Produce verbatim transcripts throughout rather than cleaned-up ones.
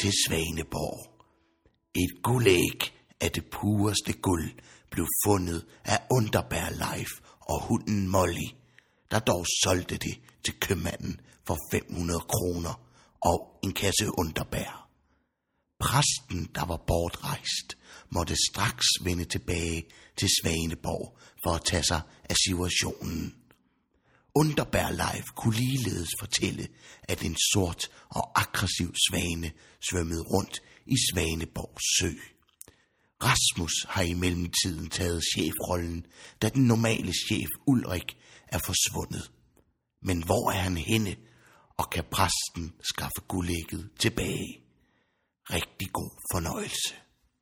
til Svaneborg. Et guldæg af det pureste guld blev fundet af Underbær Leif og hunden Molly, der dog solgte det til købmanden for fem hundrede kroner og en kasse underbær. Præsten, der var bortrejst, måtte straks vende tilbage til Svaneborg for at tage sig af situationen. Underbær Leif kunne ligeledes fortælle, at en sort og aggressiv svane svømmede rundt i Svaneborg sø. Rasmus har i mellemtiden taget chefrollen, da den normale chef Ulrik er forsvundet. Men hvor er han henne, og kan præsten skaffe guldægget tilbage? Rigtig god fornøjelse.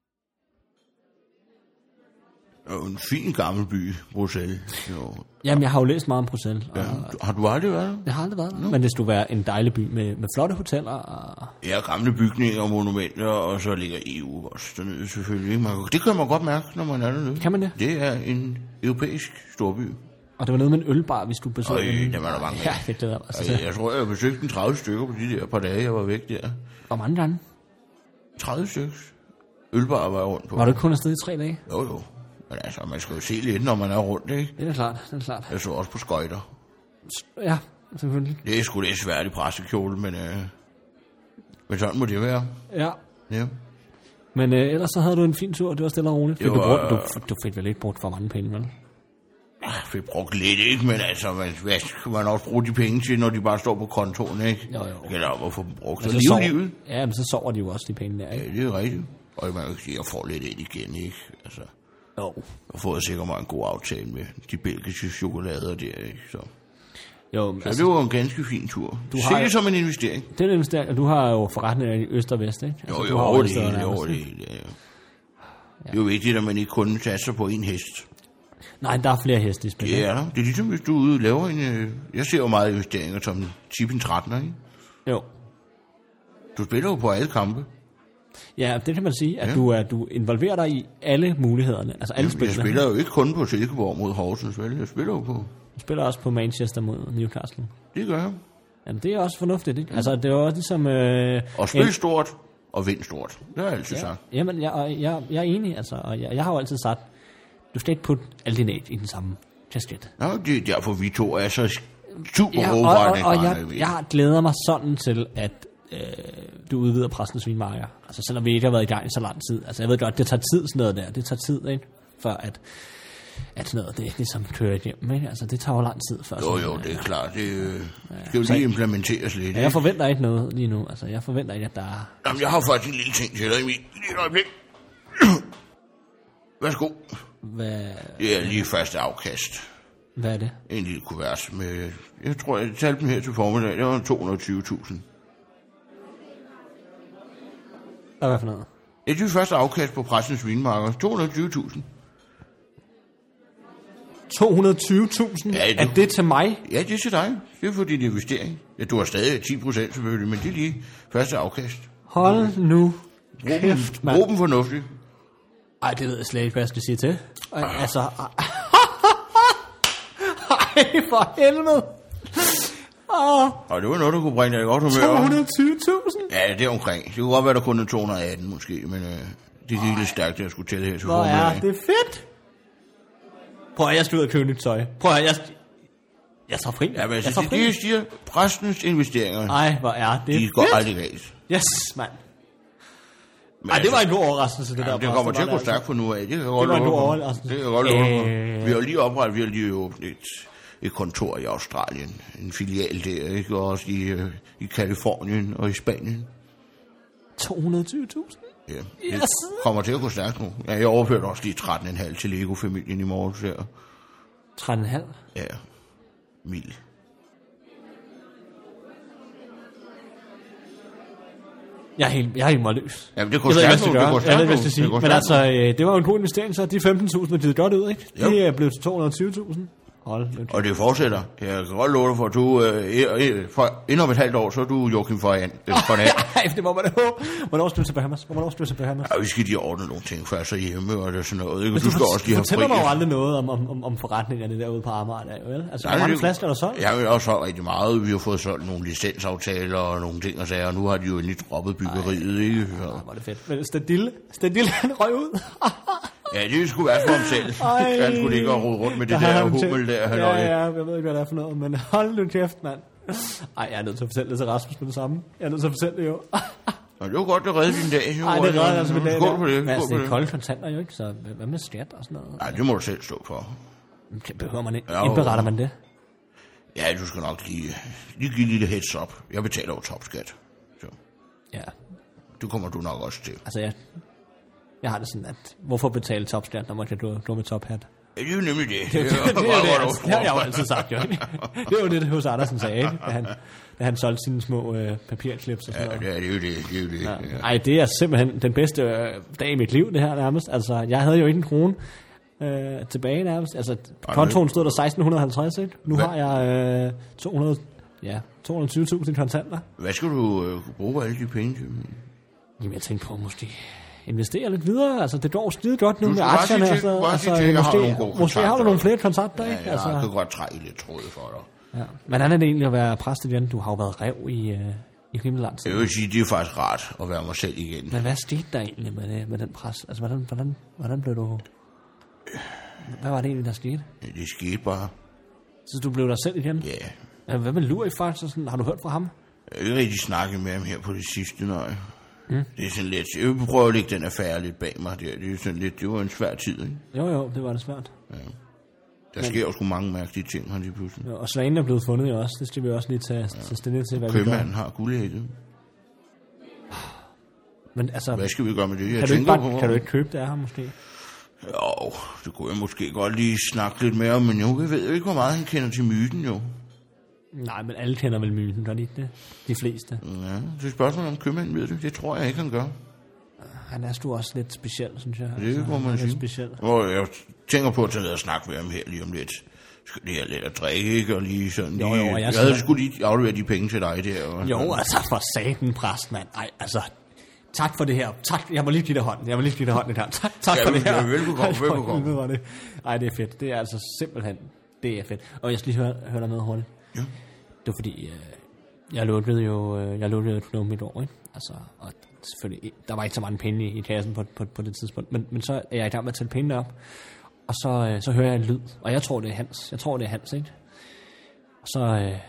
Det er jo en fin gammel by, Bruxelles. Jo. Jamen, jeg har jo læst meget om Bruxelles. Ja, har du aldrig været der? Jeg har aldrig været der. No. Men det skulle være en dejlig by med, med flotte hoteller. Og... Ja, gamle bygninger og monumenter, og så ligger E U også dernede selvfølgelig. Det kan man godt mærke, når man er dernede. Kan man det? Det er en europæisk storby. Og det var noget med en ølbar, vi skulle besøge. Øj, det var der mange. Ja, det glæder mig. Jeg, jeg tror, jeg besøgte en tredive stykker på de der par dage, jeg var væk der. Hvor mange gange? tredive stykker. Ølbar var jeg rundt på. Var du ikke kun afsted i tre dage? Jo, jo. Men altså, man skal jo se lidt, når man er rundt, ikke? Det er klart, det er klart. Jeg så også på skøjter. Ja, selvfølgelig. Det er sgu lidt svært i pressekjole, men, øh, men sådan må det være. Ja. Ja. Men øh, ellers så havde du en fin tur, det var stille og roligt. Fik var, du, brugt, du, du fik vel ikke brugt for mange penge, vel? Jeg fik brugt lidt, ikke? Men altså, man, hvad skal man også bruge de penge til, når de bare står på kontoen, ikke? Jo, jo. Eller hvorfor brugt så liv sover, livet? Ja, men så sover de jo også, de penge der, ikke? Ja, det er rigtigt. Og man kan sige, at jeg får lidt ind igen, ikke? Altså, jo. Jeg får sikkert meget en god aftale med de belgiske chokolader der, ikke? Så, jo, så altså, det var en ganske fin tur. Du Se det jo som en investering. Det er en investering, og du har jo forretninger i øst og vest, ikke? Altså, jo, jo, du har over det hele, over det hele, ja, ja. Ja. Det er jo vigtigt, at man ikke kun satser på en hest. Nej, der er flere heste i spil. Ja, det er ligesom, hvis du er ude og laver en... Øh, jeg ser jo meget investeringer som tippen tretten, ikke? Jo. Du spiller jo på alle kampe. Ja, det kan man sige, at ja. du, er, du involverer dig i alle mulighederne, altså alle spillene. Jeg spiller jo ikke kun på Silkeborg mod Horsens, vel? Jeg spiller jo på... Du spiller også på Manchester mod Newcastle. Det gør jeg. Jamen, det er også fornuftigt, ikke? Altså, det er også ligesom... Øh, og spil en... stort og vind stort. Det har jeg altid ja. sagt. Jamen, jeg, jeg, jeg er enig, altså, og jeg, jeg har jo altid sagt, du skal ikke putte alt din æg i den samme kasket. Nå, det er derfor, vi to er så super ja, gode. Og, og, og jeg, jeg glæder mig sådan til, at øh, du udvider Præstens Vinmarker. Altså, selvom vi ikke har været i gang i så lang tid. Altså, jeg ved godt, det tager tid sådan noget der. Det tager tid, ikke? Før at, at sådan noget, det er ligesom kører igennem, ikke? Altså, det tager jo lang tid før. Jo, jo, det er klart. Det øh, skal jo lige implementeres lidt. Ja, jeg forventer ikke noget lige nu. Altså, jeg forventer ikke, at der er... Jamen, jeg har faktisk en lille ting til dig, Emil. Lige et øjeblik. Værsgo. Hvad... Det er lige første afkast. Hvad er det? En lille kuvert med... Jeg tror, jeg talte dem her til formiddag. Det var to hundrede og tyve tusind. Hvad for noget? Det er det første afkast på Præstens Vinmarker. to hundrede og tyve tusind. to hundrede og tyve tusind? Ja, er det til mig? Ja, det er til dig. Det er for din investering. Ja, du har stadig ti procent selvfølgelig, men det er lige første afkast. Hold nu kæft, mand. Brug dem fornuftigt. Ej, det ved jeg slet ikke, hvad jeg skal sige til. Ej, altså... Ej, for helvede. Oh. Og det var noget, der kunne bringe dig i godt humør. to hundrede og tyve tusind? Ja, det er omkring. Det kunne godt være, der kun er to hundrede og atten måske, men øh, det er lidt stærkt, at jeg skulle tælle her til formiddag. Hvor er det fedt. Prøv at jeg skal ud og købe nyt tøj. Prøv at jeg... Jeg tager fri. Ja, men jeg tager fri. Det siger præstens investeringer. Nej, hvor er det de fedt. går aldrig galt. Yes, mand. Men Ej, det var en god overraskelse, det ja, der. Det kommer til at gå stærkt for nu af. Det kan godt det var en god overraskelse. Det kan godt love øh... Vi har lige oprettet, vi har lige åbnet et, et kontor i Australien. En filial der, ikke? Og også i, uh, i Kalifornien og i Spanien. to hundrede og tyve tusind? Ja, det yes. kommer til at gå stærkt nu. Ja, jeg overførte også lige tretten komma fem til Lego-familien i morgen. Så. tretten komma fem? Ja, mil. Jeg er helt, jeg er helt målløs. Jamen, det går stærkt nu. Det går stærkt nu. Det sige. Men altså, det var jo en god investering, så de femten tusind er givet godt ud, ikke? De er blevet til to hundrede og tyve tusind. Hold nu. Og det fortsætter. Jeg kan godt love dig for, at du øh, for endnu om et halvt år, så er du Joachim Forand. Nej, det må man da håbe. Hvornår skal du til Bahamas? Hvornår skal du til Bahamas? Ja, vi skal lige ordne nogle ting før så hjemme, og det er sådan noget. Ikke? Men du, du skal også lige have fri. fortæller mig jo aldrig noget om, om, om forretningerne derude på Amager, der, vel? Altså, hvor mange flasker er der solgt? Ja, vi har også solgt rigtig meget. Vi har fået solgt nogle licensaftaler og nogle ting og sager, og nu har de jo endelig droppet byggeriet, ikke? Så. Ej, hvor er det fedt. Men Stadille, Stadille, han røg ud. Ja, det skulle være for ham selv. Ej, han skulle ikke rode rundt med det der hummel der. Ja, ja, jeg ved ikke, hvad det er for noget, men hold nu kæft, mand. Ej, jeg er nødt til at fortælle det til Rasmus med det samme. Jeg er nødt til at fortælle det jo. Ja, det var godt, det reddede din dag. Nej, det reddede altså min dag. Skål på det. Men altså, det er kolde kontanter jo ikke, så hvad med skat og sådan noget? Nej, det må du selv stå for. Behøver man ikke? Indberetter man det? Ja, du skal nok lige, lige give lidt heads up. Jeg betaler jo topskat. Så. Ja. Det kommer du nok også til. Altså, jeg, jeg har det sådan, at hvorfor betale topskat, når man kan gå med tophat? Ja, det er jo nemlig det. Det, det, det, det, det, det, det har jeg jo altid sagt, jo. Det er jo det, hos Andersen sagde, ikke? Da han, da han solgte sine små øh, papirklips og sådan noget. Ja, det er jo det. det, er jo det. Ja. Ja. Ej, det er simpelthen den bedste øh, dag i mit liv, det her nærmest. Altså, jeg havde jo ikke en krone øh, tilbage nærmest. Altså, kontoen stod der seksten halvtreds, ikke? Nu Hva? har jeg øh, to hundrede, ja, to hundrede og tyve tusind kontanter. Hvad skal du øh, bruge alle de penge til? Jamen, jeg tænkte på måske investere lidt videre. Altså, det går skide godt nu med aktierne. Til, altså, altså, til, måske har, måske har du nogle flere kontakter, ikke? Ja, altså, jeg kan godt trække lidt tråd for dig. Ja. Men hvordan er det egentlig at være præst igen? Du har jo været rev i, uh, i rimelig lang tid. Jeg vil sige, det er faktisk rart at være mig selv igen. Men hvad skete der egentlig med, det, med den præst? Altså, hvordan, hvordan, hvordan blev du... Hvad var det egentlig, der skete? Ja, det skete bare. Så du blev dig selv igen? Ja. Yeah. Hvad med Lurik faktisk? Har du hørt fra ham? Jeg har ikke rigtig snakket med ham her på det sidste, nej. Mm. Det er sådan lidt... Jeg vil prøve at lægge den affære lidt bag mig. Det, det er sådan lidt... Det var en svær tid, ikke? Jo, jo, det var det svært. Ja. Der sker jo sgu mange mærkelige ting, han lige pludselig. Ja, og Svanen er blevet fundet jo også. Det skal vi også lige tage, ja. tage stilling til, hvad Købmanden vi gør. har guldægget. Men altså... Hvad skal vi gøre med det? Jeg kan, du ikke bare, på, kan du ikke købe det af ham, måske? Jo, det kunne jeg måske godt lige snakke lidt mere om, men jo, jeg ved jo ikke, hvor meget han kender til myten, jo. Nej, men alle kender vel myten, gør de ikke det? De fleste. Ja, det er spørgsmål om købmanden ved det. Det tror jeg ikke, han gør. Han er sgu også lidt speciel, synes jeg. Det altså, må man sige. Speciel. Og jeg tænker på at tage ned og snakke med ham her lige om lidt. Skal det her lidt at drikke, ikke? Og lige sådan... Jo, jo, lige, jeg, jeg havde sgu lige afleveret de penge til dig der. Og, jo, altså for satan, præst, mand. Ej, altså... Tak for det her. Tak. Jeg må lige give dig hånden. Jeg må lige give dig hånden her. Tak, tak ja, for det her. Ja, velbekomme, velbekomme. Ej, det er fedt. Det er altså simpelthen... Det er fedt. Og jeg skal lige høre, høre dig med hurtigt. Ja. Det var fordi... Øh, jeg lukkede jo... Øh, jeg lukkede jo mit år, ikke? Altså... Og selvfølgelig... Der var ikke så mange penge i, i kassen på, på, på det tidspunkt. Men, men så er jeg i gang med at tælle pengene op. Og så, øh, så hører jeg en lyd. Og jeg tror, det er Hans. Jeg tror, det er Hans, ikke? Og så... Øh,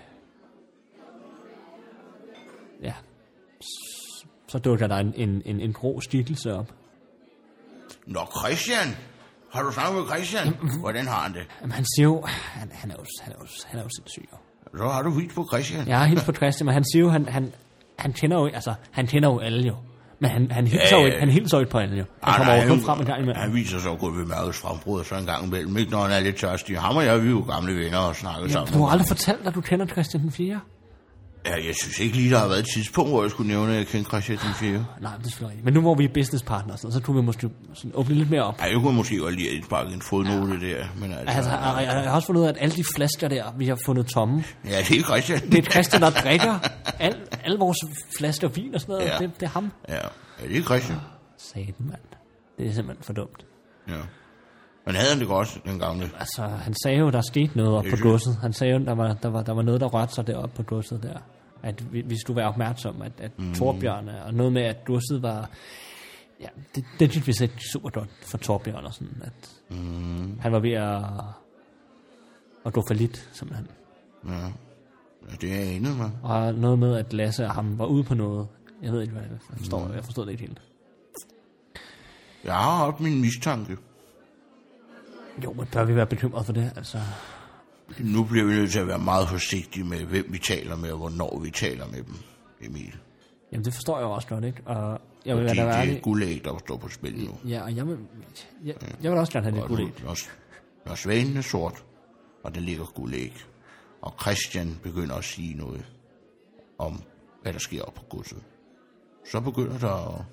ja... Så dukker der en, en, en, en grå skikkelse op. Nå, Christian! Har du snakket med Christian? Hvordan har han det? Jamen, han siger jo... Han, han, er, jo, han, er, jo, han er jo sindssyg. Så har du hils på Christian? Jeg har hils på Christian, men han siger jo... Han, han, han kender jo... Altså, han kender jo alle jo. Men han, han hilser ja, jo ikke, han hilser jo ikke på alle jo. Han ah, kommer nej, jo kun frem en gang imellem. Han viser sig jo ved mærkets frembrud så en gang imellem. Ikke når han er lidt tørstig. Ham og jeg, vi er jo gamle venner og snakker ja, sammen. Du har aldrig fortalt, at du kender Christian den fjerde? Ja, jeg synes ikke lige, der har været et tidspunkt, hvor jeg skulle nævne, at jeg kender Christian den fjerde. Nej, det er selvfølgelig ikke. Men nu hvor vi er businesspartners, så kunne vi måske sådan åbne lidt mere op. Ja, jeg kunne måske godt lige at sparke en fodnote ja. der. Men altså, altså jeg, jeg, jeg har også fundet ud af, at alle de flasker der, vi har fundet tomme. Ja, det er Christian. Det er Christian, der drikker al, alle vores flasker vin og sådan noget. Ja. Det, det er ham. Ja, ja det er Christian. Satan, mand. Det er simpelthen for dumt. Ja. Men havde han det godt, den gamle? Altså, han sagde jo, der skete noget op på godset. Han sagde jo, der var, der var, der var noget, der rørte sig deroppe på godset der. At vi, vi skulle være opmærksom, at, at mm. Torbjørn, og noget med, at godset var... Ja, det, det synes vi set super godt for Torbjørn og sådan, at mm. han var ved at, at gå for lidt, simpelthen. Ja, ja det er jeg enig med. Og noget med, at Lasse og ham var ude på noget. Jeg ved ikke, hvad jeg forstår. Mm. Jeg forstod det ikke helt. Jeg har også min mistanke. Jo, men bør vi være bekymret for det, altså... Nu bliver vi nødt til at være meget forsigtige med, hvem vi taler med, og hvornår vi taler med dem, Emil. Jamen, det forstår jeg også godt, ikke? Og jeg vil Fordi være der det er guldæg, der står på spil nu. Ja, og jeg vil, jeg, jeg vil også gerne have det guldæg. Når, når svanen er sort, og der ligger guldæg, og Christian begynder at sige noget om, hvad der sker op på godset, så begynder der at...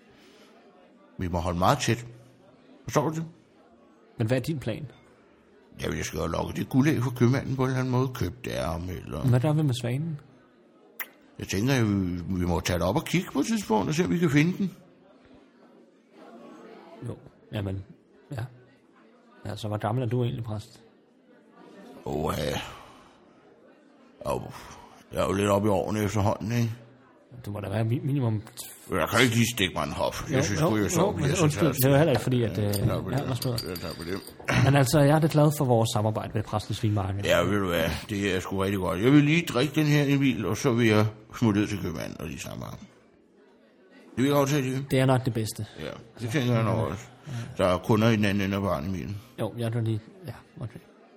Vi må holde meget tæt. Forstår du det? Men hvad er din plan? Ja, jeg skal jo lokke det guldæg for købmanden på en eller anden måde. Køb det om, eller... Hvad der vi med svanen? Jeg tænker, at vi, vi må tage det op og kigge på et tidspunkt, og se, om vi kan finde den. Jo, jamen, ja. Ja, så hvor gammel er du egentlig, præst? Åh, ja. Oh, jeg er jo lidt oppe i årene efterhånden, ikke? Du må da være minimum... Jeg kan ikke lige stikke mig en hop. Jeg jo, synes, jo, jeg så bliver så undskyld, det var heller ikke fordi, at... Ja, Øh, ja, ja, men altså, jeg er lidt glad for vores samarbejde med Præstens Vinmarked. Ja, ved du hvad, det er sgu rigtig godt. Jeg vil lige drikke den her, Emil, og så vil jeg smutte ud til købmanden og lige snakke med ham. Det vil jeg aftale det. Det er nok det bedste. Ja, det tænker jeg nok også. Der er kunder i den anden ende af barn, Emil. Jo, jeg er lige... Ja, okay.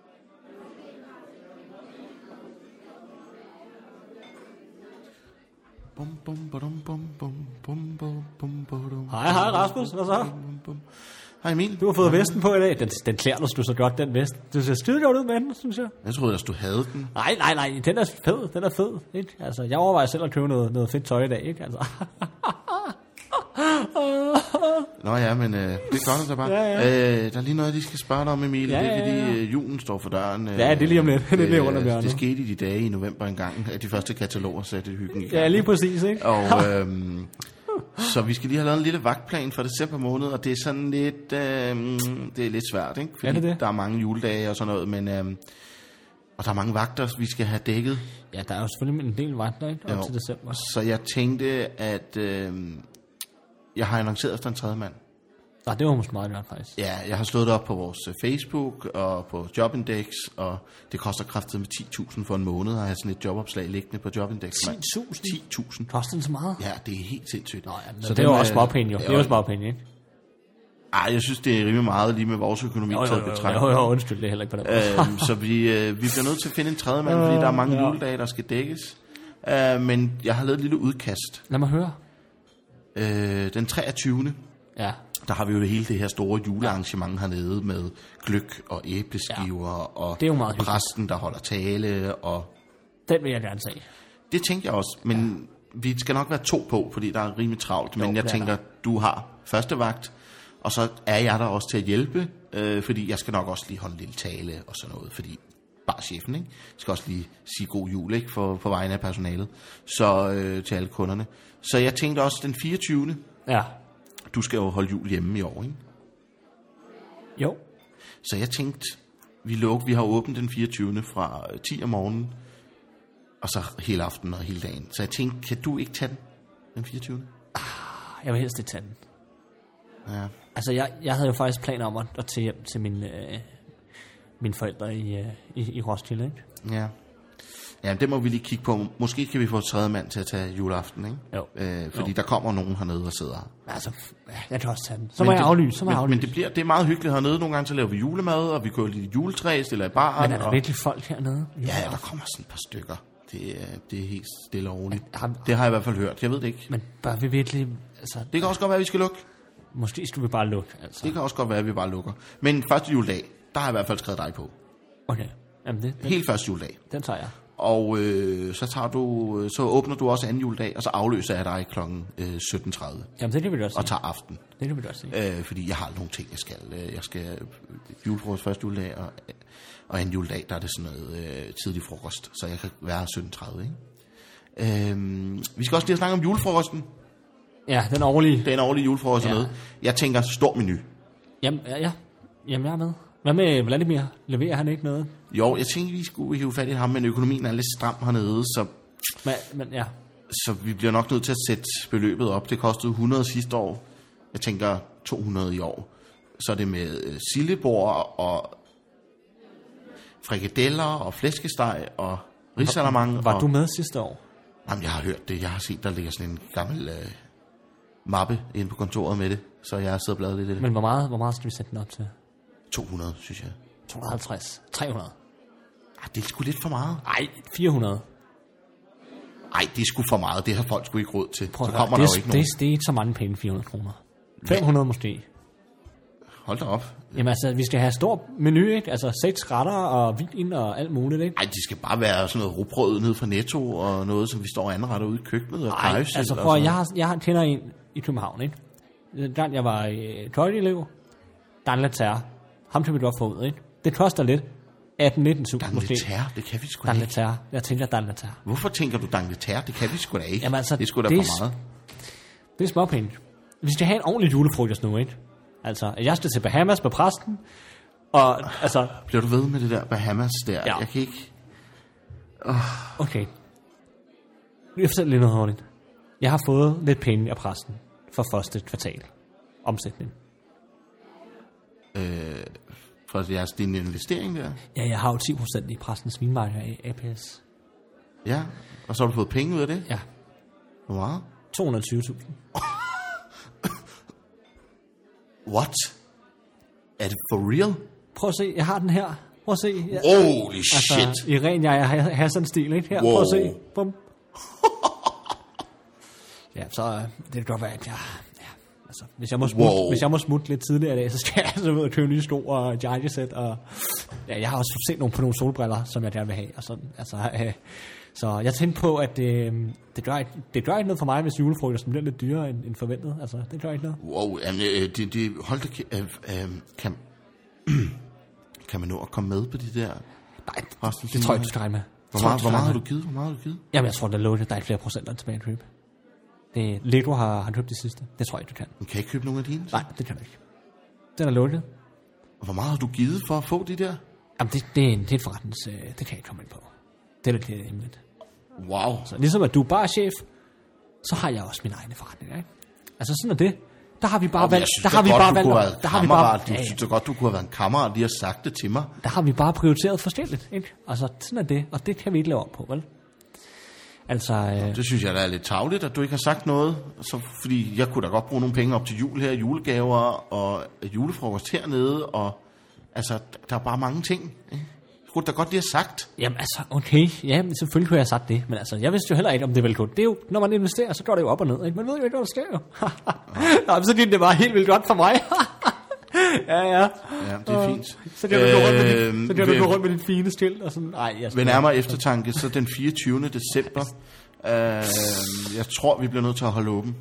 Bum, bum, badum, bum, bum, bum, bum, bum, badum. Hej, hej Rasmus, hvad så? Hej Emil. Du har fået vesten på i dag. Den, den klæder du så godt, den vest. Du ser skide godt ud med den, synes jeg. Jeg troede, at du havde den. Nej, nej, nej, den er fed, den er fed, ikke? Altså, jeg overvejer selv at købe noget, noget fedt tøj i dag, ikke? Altså. Nå ja, men øh, det er godt, der bare. Ja, ja. Øh, der er lige noget, de skal spørge dig om, Emil. Ja, det er ja, ja. fordi, øh, julen står for døren. Øh, Ja, det er lige om lidt. Det er lige under hjørnet. Det skete i de dage i november engang, at de første kataloger satte hyggen i gang. Ja, lige præcis, ikke? Og øhm, så vi skal lige have lavet en lille vagtplan for december måned, og det er sådan lidt, øhm, det er lidt svært, ikke? Fordi Er det det? der er mange juledage og sådan noget, men øhm, og der er mange vagter, vi skal have dækket. Ja, der er jo selvfølgelig en del vagter, ikke? Op Jo. til december. Så jeg tænkte, at øhm, jeg har annonceret efter en tredje mand. Nej, det var måske meget godt, faktisk. Ja, jeg har slået det op på vores øh, Facebook og på Jobindex, og det koster kraftigt med ti tusind for en måned at have sådan et jobopslag liggende på Jobindex. ti tusind? ti tusind. Koster den så meget? Ja, det er helt sindssygt. Nå, ja, Så så det er jo dem også småpenge, jo. ja, Det er jo småpenge, ikke? Ej, jeg synes, det er rimelig meget lige med vores økonomi Jo, til jo, at jo, jo, betragte. jo, jo, undskyld, det er heller ikke på den måde. øhm, så vi, øh, vi bliver nødt til at finde en tredje mand, fordi der er mange Ja. juledage, der skal dækkes. Øh, men jeg har lavet et lille udkast. Lad mig høre. Øh, den treogtyvende Ja, der har vi jo det hele det her store julearrangement hernede med gløgg og æbleskiver ja. og Det er jo meget hyggeligt. præsten, der holder tale. Og den vil jeg gerne se. det tænker jeg også, men ja. vi skal nok være to på, fordi der er rimelig travlt. Men Jo, jeg det er tænker, der. du har første vagt, og så er jeg der også til at hjælpe, øh, fordi jeg skal nok også lige holde en lille tale og sådan noget, fordi bare chefen, ikke? Skal også lige sige god jul, ikke? For, for vegne af personalet, så øh, til alle kunderne. Så jeg tænkte også den fireogtyvende Ja. Du skal jo holde jul hjemme i år, ikke? Jo. Så jeg tænkte, vi lukker, vi har åbent den fireogtyvende fra ti om morgenen, og så hele aftenen og hele dagen. Så jeg tænkte, kan du ikke tage den, den fireogtyvende Jeg vil helst ikke tage den. Ja. Altså, jeg, jeg havde jo faktisk planer om at, at tage hjem til min, øh, mine forældre i, øh, i, i Roskilde, ikke? Ja. Ja, det må vi lige kigge på. Måske kan vi få et tredje mand til at tage juleaften, ikke? Jo. Øh, fordi Jo. der kommer nogen hernede og sidder her. Altså, ja, jeg kan også tage den. Så må Men jeg det- aflyse, så må jeg men, aflyse. men det, bliver, det er meget hyggeligt hernede. Nogle gange så laver vi julemad, og vi kører lidt juletræ, stiller i baren. Men er der og, virkelig folk hernede? ja, der kommer sådan et par stykker. Det er, det er helt stille og roligt. Har- Det har jeg i hvert fald hørt. Jeg ved det ikke. Men bør vi virkelig... Altså, Det kan også godt være, at vi skal lukke. måske skulle vi bare lukke, altså. Det kan også godt være, at vi bare lukker. Men første juledag, der har jeg i hvert fald skrevet dig på. Okay, jamen det, den, Helt første juledag. den tager jeg. Og øh, så, tager du, så åbner du også anden juledag, og så afløser jeg dig klokken øh, sytten tredive Jamen det kan vi da også og sige. tager aften. Det kan vi da også sige. Øh, fordi jeg har nogle ting, jeg skal. Øh, Jeg skal øh, julefrokost første juledag, og, og anden juledag, der er det sådan noget øh, tidlig frokost, så jeg kan være sytten tredive, ikke? Øh, vi skal også lige snakke om julefrokosten. Ja, den årlige. Det er en årlig julefrokost Ja. ja. Noget. Jeg tænker, stor menu. Jamen, ja, ja. Jamen, jeg er med. Hvad med Vladimir? Leverer han ikke noget? Jo, jeg tænkte, vi skulle hive fat i ham, men økonomien er lidt stram hernede, så, Men, men ja. så vi bliver nok nødt til at sætte beløbet op. Det kostede hundrede sidste år. Jeg tænker to hundrede i år. Så er det med øh, sildebord og frikadeller og flæskesteg og risalamande. Var og, du med sidste år? Jamen, jeg har hørt det. Jeg har set, der ligger sådan en gammel øh, mappe inde på kontoret med det. Så jeg har siddet og bladet lidt i det. Men hvor meget, hvor meget skal vi sætte den op til? to hundrede, synes jeg. to hundrede og halvtreds. tre hundrede. Ej, det er sgu lidt for meget. Ej, fire hundrede. Ej, det er sgu for meget. Det har folk sgu ikke råd til. Prøv Så at kommer høre, der det, jo ikke det, nogen. det, det er ikke så mange penge, fire hundrede kroner. fem hundrede måske. Hold da op. Jamen altså, vi skal have stor menu, ikke? Altså seks retter og vin og alt muligt, ikke? Ej, de skal bare være sådan noget rugbrød nede fra Netto, og noget, som vi står og anretter ude i køkkenet, og Ej, kajsild altså og prøv, sådan jeg, har, jeg har- kender en i København, ikke? Da jeg var i tøjelev, Dan Later, ham kan vi godt få ud, ikke? Det koster lidt. atten nitten tusind måske. D'Angleterre, det kan vi sgu da ikke. D'Angleterre. Jeg tænker D'Angleterre. Hvorfor tænker du D'Angleterre? Det kan vi sgu da ikke. Jamen, altså, det er sgu da det for meget. Det er småpenge. Vi skal have en ordentlig julefrokost nu, ikke? Altså, jeg skal til Bahamas med præsten, og altså... Bliver du ved med det der Bahamas der? Ja. Jeg kan ikke... Oh. Okay. Jeg fortæller lige noget hurtigt. Jeg har fået lidt penge af præsten for første kvartal. Omsætning. Øh, for jeres din investering der? Ja, jeg har jo ti procent i præstens vinmarker i A P S. Ja, og så har du fået penge ud af det? Ja. Hvor meget? to hundrede og tyve tusind. What? Er det for real? Prøv at se, jeg har den her. Prøv at se. Jeg, Holy altså, shit. i ren jeg har har sådan en stil, ikke? Her, Wow. prøv at se. Bum. Ja, så øh, det kan godt være, at jeg... Ja, altså, hvis jeg, må smutte, Wow. hvis jeg må smutte lidt tidligere i dag, så skal jeg altså ud og købe nye sko og jakkesæt. Og, ja, jeg har også set nogle på nogle solbriller, som jeg gerne vil have. Og sådan, altså, øh, så jeg tænkte på, at øh, det, gør ikke, det gør ikke noget for mig, hvis julefrokosten bliver lidt dyrere end, end forventet. Altså, det gør ikke noget. Wow, jamen, øh, det, det, hold da, øh, øh, kan, kan man nå at komme med på de der... Nej, Resten det tror jeg, du skal regne med. Hvor Tror, meget, hvor meget har med. du givet? Hvor meget har du givet? Jamen, jeg tror, der er lovet, der er flere procenter tilbage at købe. Det, Lego har, har købt det sidste. Det tror jeg ikke, du kan. Men kan jeg ikke købe nogle af dine? Nej, det kan du ikke. Den er lukket. Og hvor meget har du givet for at få de der? Jamen, det, det, er, en, det er et forretnings... Øh, det kan jeg ikke komme ind på. Det er lidt lidt hemmeligt. Wow. Så ligesom at du er bare chef, så har jeg også min egne forretning, ikke? Altså, sådan er det. Der har vi bare valgt... Der har vi bare valgt... Der har vi bare... Du synes så godt, du kunne have været en kammerat lige har sagt det til mig. Der har vi bare prioriteret forskelligt, ikke? Altså, sådan er det. Og det kan vi ikke lave om på, vel? Altså... Øh, Det synes jeg da er lidt tarveligt, at du ikke har sagt noget. Så, fordi jeg kunne da godt bruge nogle penge op til jul her, julegaver og julefrokost hernede. Og altså, der er bare mange ting. Ikke? Jeg kunne da godt lige have sagt. Jamen altså, okay, ja, men selvfølgelig kunne jeg have sagt det, men altså, jeg vidste jo heller ikke, om det ville gå. Det er jo, når man investerer, så går det jo op og ned, ikke? Man ved jo ikke, hvad der sker jo. Nå, men så gik det bare helt vildt godt for mig. ja, ja. Ja, det er fint. Så kan du gå rundt med dit, Øhm, så kan du ved- gå rundt med dit fine skilt og sådan. Nej, jeg Ved nærmere eftertanke, så den fireogtyvende december, øh, jeg tror, vi bliver nødt til at holde åben.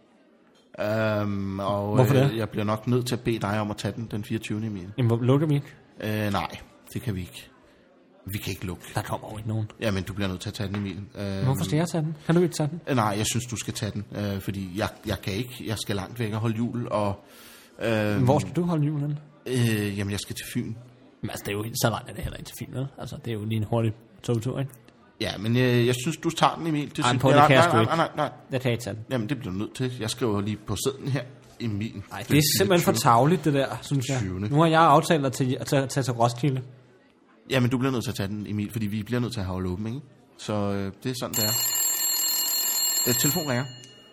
Um, og Hvorfor det? øh, jeg bliver nok nødt til at bede dig om at tage den den fireogtyvende Emil. Jamen, hvor lukker vi ikke? Øh, nej, det kan vi ikke. Vi kan ikke lukke. Der kommer jo ikke nogen. Jamen, du bliver nødt til at tage den, Emil. Øh, Hvorfor skal jeg tage den? Kan du ikke tage den? øh, nej, jeg synes, du skal tage den, øh, fordi jeg, jeg kan ikke. Jeg skal langt væk og holde jul, og... Øh, Hvor skal du holde julen? øh, jamen, jeg skal til Fyn. Men altså, det er jo så langt, er det heller ikke til film, vel? Altså, det er jo lige en hurtig togtur, ikke? Ja, men øh, jeg synes, du tager den, Emil. Det Ej, synes, på det nej, kan jeg nej, sgu nej, ikke. nej, nej. Jeg kan ikke tage den. Jamen, det bliver du nødt til. Jeg skriver lige på sædlen her, Emil. Nej, det er simpelthen for tarveligt, det der, synes jeg. tyvende Nu har jeg aftalt at tage, at tage, at tage til Roskilde. Jamen, du bliver nødt til at tage den, Emil, fordi vi bliver nødt til at have åben, ikke? Så øh, det er sådan, det er. Øh, telefon ringer.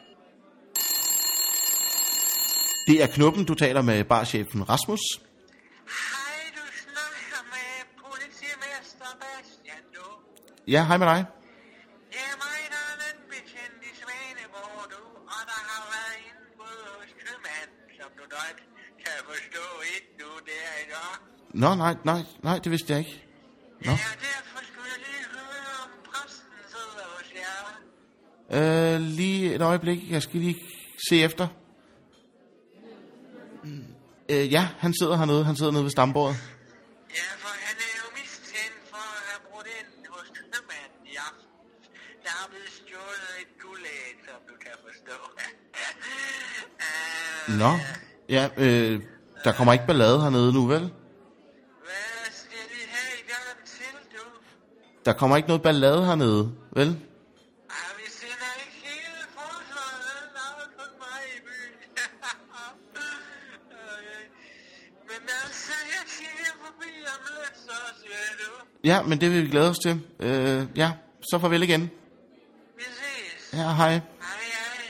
Det er Knuppen, du taler med barchefen Rasmus. Hej, du snakker med politimester Bastian, du. Ja, hej med dig. Det er mig, der er landbetjent i Svaneborg, du. Og der har været indbrud hos købmanden, som du godt kan forstå, ikke du, der i dag. Nå, nej, nej, nej, det vidste jeg ikke. Nå. Ja, derfor skulle jeg lige høre, om præsten sidder hos jer. Øh, lige et øjeblik, jeg skal lige se efter. Øh, ja, han sidder hernede, han sidder nede ved stambordet. Ja, for han er jo mistænkt for at have brudt ind hos købmanden i aften. Der er blevet stjålet et guldæg, som du kan forstå. uh, Nå, ja, øh, der kommer ikke ballade hernede nu, vel? Hvad skal de have i gang til, du? Der kommer ikke noget ballade hernede, vel? Ej, vi sender ikke hele forsvaret, der er kun mig i byen. Okay. Men altså, jeg kigger forbi om lidt, så siger du. Ja, men det vil vi glæde os til. Øh, ja, så farvel igen. Vi ses. Ja, hej. Hej, hej.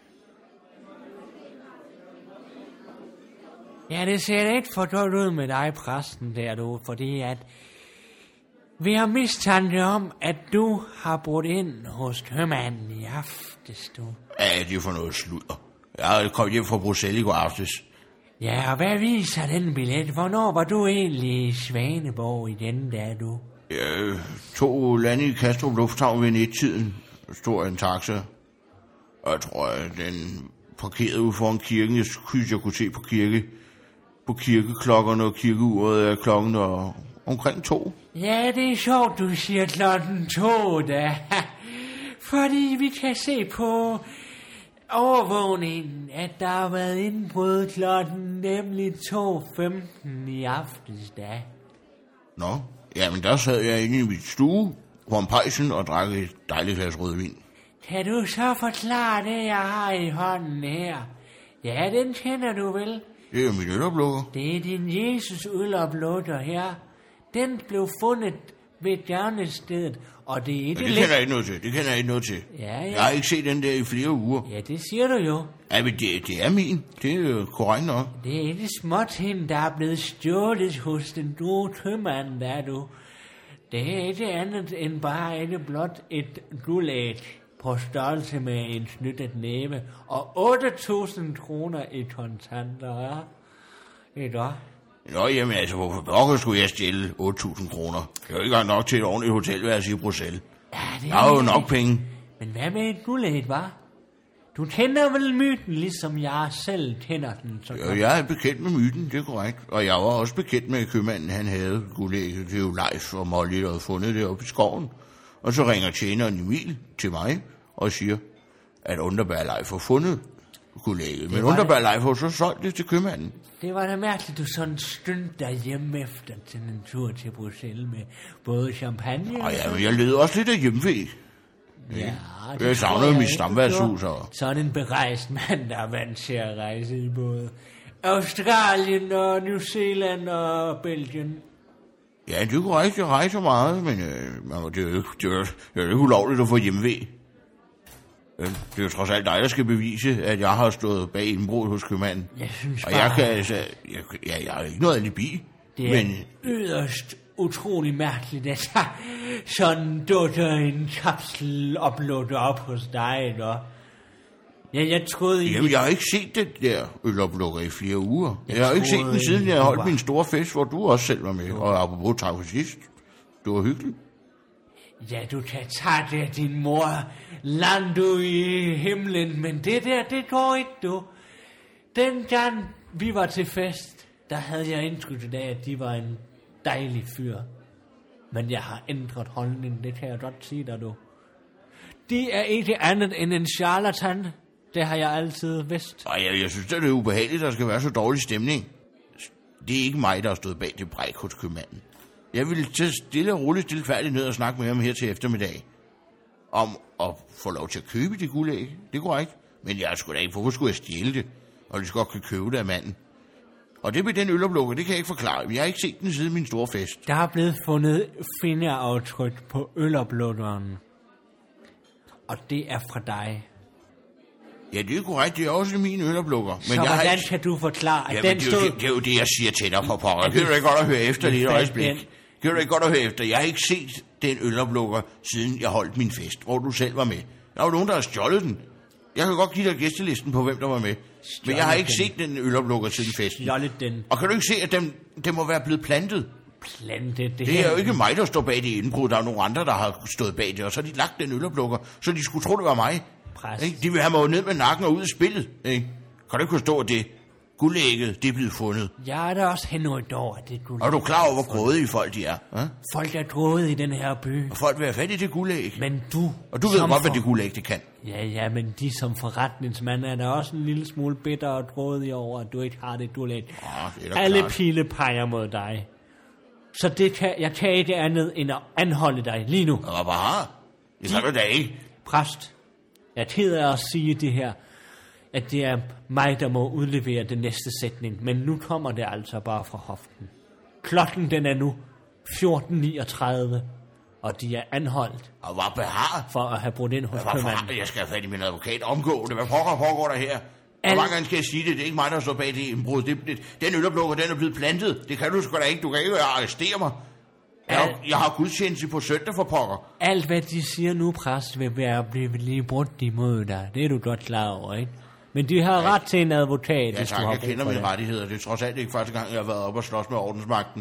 Ja, det ser lidt for godt ud med dig, præsten, der du, fordi at vi har mistanke om, at du har brudt ind hos købmanden i aftes, du. Ja, det er for noget sludder. Jeg kom hjem fra Bruxelles i går aftes. Ja, og hvad viser den billet? Hvornår var du egentlig i Svaneborg igen, der du? Jeg tog landet i Kastrup Lufthavn ved nittiden. Der stod en taxa. Og jeg tror, at den parkerede ude foran kirken. Jeg synes, jeg kunne se på kirke. på kirkeklokkerne og kirkeuret er klokken og omkring to. Ja, det er sjovt, du siger klokken to, da. Fordi vi kan se på overvågningen, at der har været indbrud klokken nemlig to femten i aftens dag. Nå, jamen der sad jeg inde i mit stue foran pejsen og drak et dejligt glas rødvin. Kan du så forklare det, jeg har i hånden her? Ja, den kender du vel. Det er mit øloplukker. Det er din Jesus øloplukker her. Den blev fundet ved hjørnestedet, og det er ikke Ja, det kender jeg ikke noget til. Det kender jeg ikke noget til. Ja, ja. Jeg har ikke set den der i flere uger. Ja, det siger du jo. Ja, men det, det er min. Det er jo korrekt nok. Det er ikke småting, der er blevet stjålet hos den gode købmand, der du. Det er ikke andet end bare ikke blot et guldæg på størrelse med en snyttet næve og otte tusind kroner i kontanter, ja. Ikke da? Nå, jamen altså, hvorfor pokker skulle jeg stjæle otte tusind kroner? Det er jo ikke engang nok til et ordentligt hotelværelse i Bruxelles. Ja, det Der er jo nok penge. Men hvad med et guldæg, hva'? Du kender vel myten, ligesom jeg selv kender den. Så Ja, jeg er bekendt med myten, det er korrekt. Og jeg var også bekendt med, at købmanden han havde guldægget. Det er jo Leif og Molly, der havde fundet det oppe i skoven. Og så ringer tjeneren Emil til mig og siger, at Underberg Leif har fundet guldægget. Men Underberg Leif har så solgt det til købmanden. Det var da mærkeligt, du sådan skyndte dig hjemme efter til en tur til Bruxelles med både champagne Og ja, men jeg led også lidt af hjemvej. Ja, Jeg savnede mit stamværtshus. Og... Sådan en berejst mand, der er vant til at rejse i både Australien og New Zealand og Belgien. Ja, det er korrekt, jeg rejser meget, men øh, det, er jo ikke, det, er jo, det er jo ikke ulovligt at få hjemvej. Det er jo trods alt dig, der skal bevise, at jeg har stået bag indbrud hos købmanden. Jeg synes Og bare, jeg kan altså... Jeg, jeg, jeg har ikke noget alibi. det er Men yderst utrolig mærkeligt, at der sådan dutter en kapsel oplukker op hos dig, eller? Ja, jeg troede... jamen, jeg har ikke set den der øloplukker i flere uger. Jeg, Jeg jeg har ikke set troede, den, siden jeg du holdt var- min store fest, hvor du også selv var med. Jo. Og apropos tak for sidst. Det var hyggeligt. Ja, du kan tage det, din mor, langt ude i himlen, men det der, det går ikke, du. Dengang vi var til fest, der havde jeg indtryk af, at de var en dejlig fyr. Men jeg har ændret holdning, det kan jeg godt sige dig, du. De er ikke andet end en charlatan. Det har jeg altid vidst. Og jeg, jeg synes, det er ubehageligt, at der skal være så dårlig stemning. Det er ikke mig, der har stået bag det bræk hos købmanden. Jeg ville til stille og roligt stille færdigt ned og snakke med ham her til eftermiddag. Om at få lov til at købe det guldæg. Det går ikke. Men jeg skulle da ikke, hvorfor skulle jeg stjæle det? Og lige så godt kan købe det af manden. Og det med den øloplukker, det kan jeg ikke forklare. Jeg har ikke set den siden min store fest. Der er blevet fundet fingeraftryk på øloplukkeren. Og det er fra dig. Ja, det er korrekt. Det er også min øloplukker. Men Så jeg har hvordan ikke... kan du forklare, at Ja, den men det, er jo, stod... det, det er jo det, jeg siger til dig for pokker. Kan du ikke godt at høre efter lige et fandt øjeblik? den. Kan du ikke godt at høre efter? Jeg har ikke set den øloplukker, siden jeg holdt min fest, hvor du selv var med. Der er jo nogen, der har stjålet den. Jeg kan godt give dig gæstelisten på, hvem der var med. Men jeg har ikke den. set den øloplukker siden festen. Stjålet den Og kan du ikke se, at den, den må være blevet plantet? plante. Det, Det er jo ikke mig, der står bag det indbrud. Der er nogle andre, der har stået bag det. Og så har de lagt den øloplukker, så de skulle tro, det var mig. Præst. Ikke? De vil have mig ned med nakken og ud i spillet. Ikke? Kan du ikke forstå, at det guldægget, det er blevet fundet? Jeg er da også henrygt over, at det kunne... Og er du klar over, hvor grådige folk de er? Ja? Folk er gået i den her by. Og folk vil have fat i det guldæg. Men du... Og du ved som godt, hvad for- det guldæg det kan. Ja, ja, men de som forretningsmand er der også en lille smule bitter og grådig over, at du ikke har det guldæg. Ah, det er da Alle klart. pile peger mod dig. Så det kan, jeg kan ikke andet end at anholde dig lige nu. Og bare, det kan du da ikke. Præst, jeg er ked af at sige det her, at det er mig, der må udlevere den næste sætning, men nu kommer det altså bare fra hoften. Klokken den er nu fjorten niogtredive, og de er anholdt Og hvad behar? for at have brudt ind hos Hvad for, købmanden. jeg skal have fat i min advokat omgående. Hvad pokker foregår der her? Hvor Al- mange gange skal jeg sige det? Det er ikke mig, der står bag det indbrud. Det, det, den øloplukker, den er blevet plantet. Det kan du sgu da ikke. Du kan ikke arrestere mig. Jeg, har- jeg har gudstjeneste på søndag for pokker. Alt hvad de siger nu, præst, vil være blive lige brudt imod dig. Det er du godt klar over, ikke? Men de har ret til en advokat, Ja hvis du tak, har jeg brug kender for mine det. rettigheder. Det er trods alt ikke første gang, jeg har været oppe og slås med ordensmagten.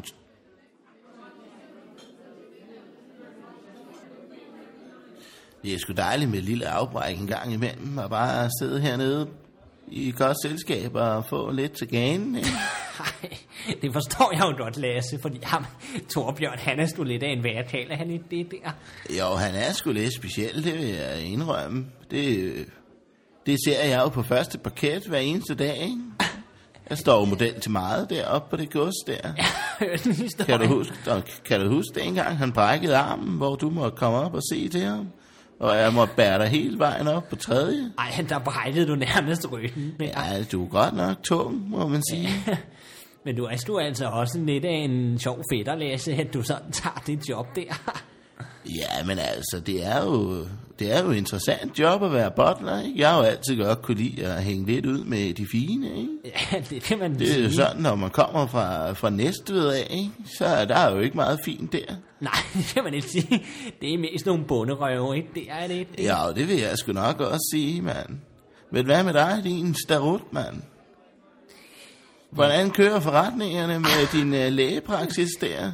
Det er sgu dejligt med et lille afbræk en gang imellem, og bare sidde hernede i godt selskab og få lidt til ganen. Ikke? Det forstår jeg jo godt, Lasse, fordi ham, Torbjørn, han er sgu lidt af en værtal, er han ikke det der? Jo, han er sgu lidt speciel, det vil jeg indrømme. Det, det ser jeg jo på første parket hver eneste dag, ikke? Jeg står jo model til meget deroppe på det gods der. Jeg har hørt en historie. Kan du huske, kan du huske det engang, han brækkede armen, hvor du måtte komme op og se til ham? Og jeg måtte bære dig hele vejen op på tredje. Ej, der brækkede du nærmest ryggen. Ja, du er godt nok tung, må man sige. Men du er sgu altså også lidt af en sjov fætter, Lasse, at du sådan tager det job der. Ja, men altså, det er jo, det er jo et interessant job at være butler, ikke? Jeg har jo altid godt kunne lide at hænge lidt ud med de fine, ikke? Ja, det kan man Det er sige. jo sådan, når man kommer fra, fra Næstved af, ikke? Så er der jo ikke meget fint der. Nej, det kan man ikke sige. Det er mest nogle bunderøve, ikke? Det er det ikke. Ja, det vil jeg sgu nok også sige, mand. Men hvad med dig, din starut, mand? Hvordan kører forretningerne med din uh, lægepraksis der?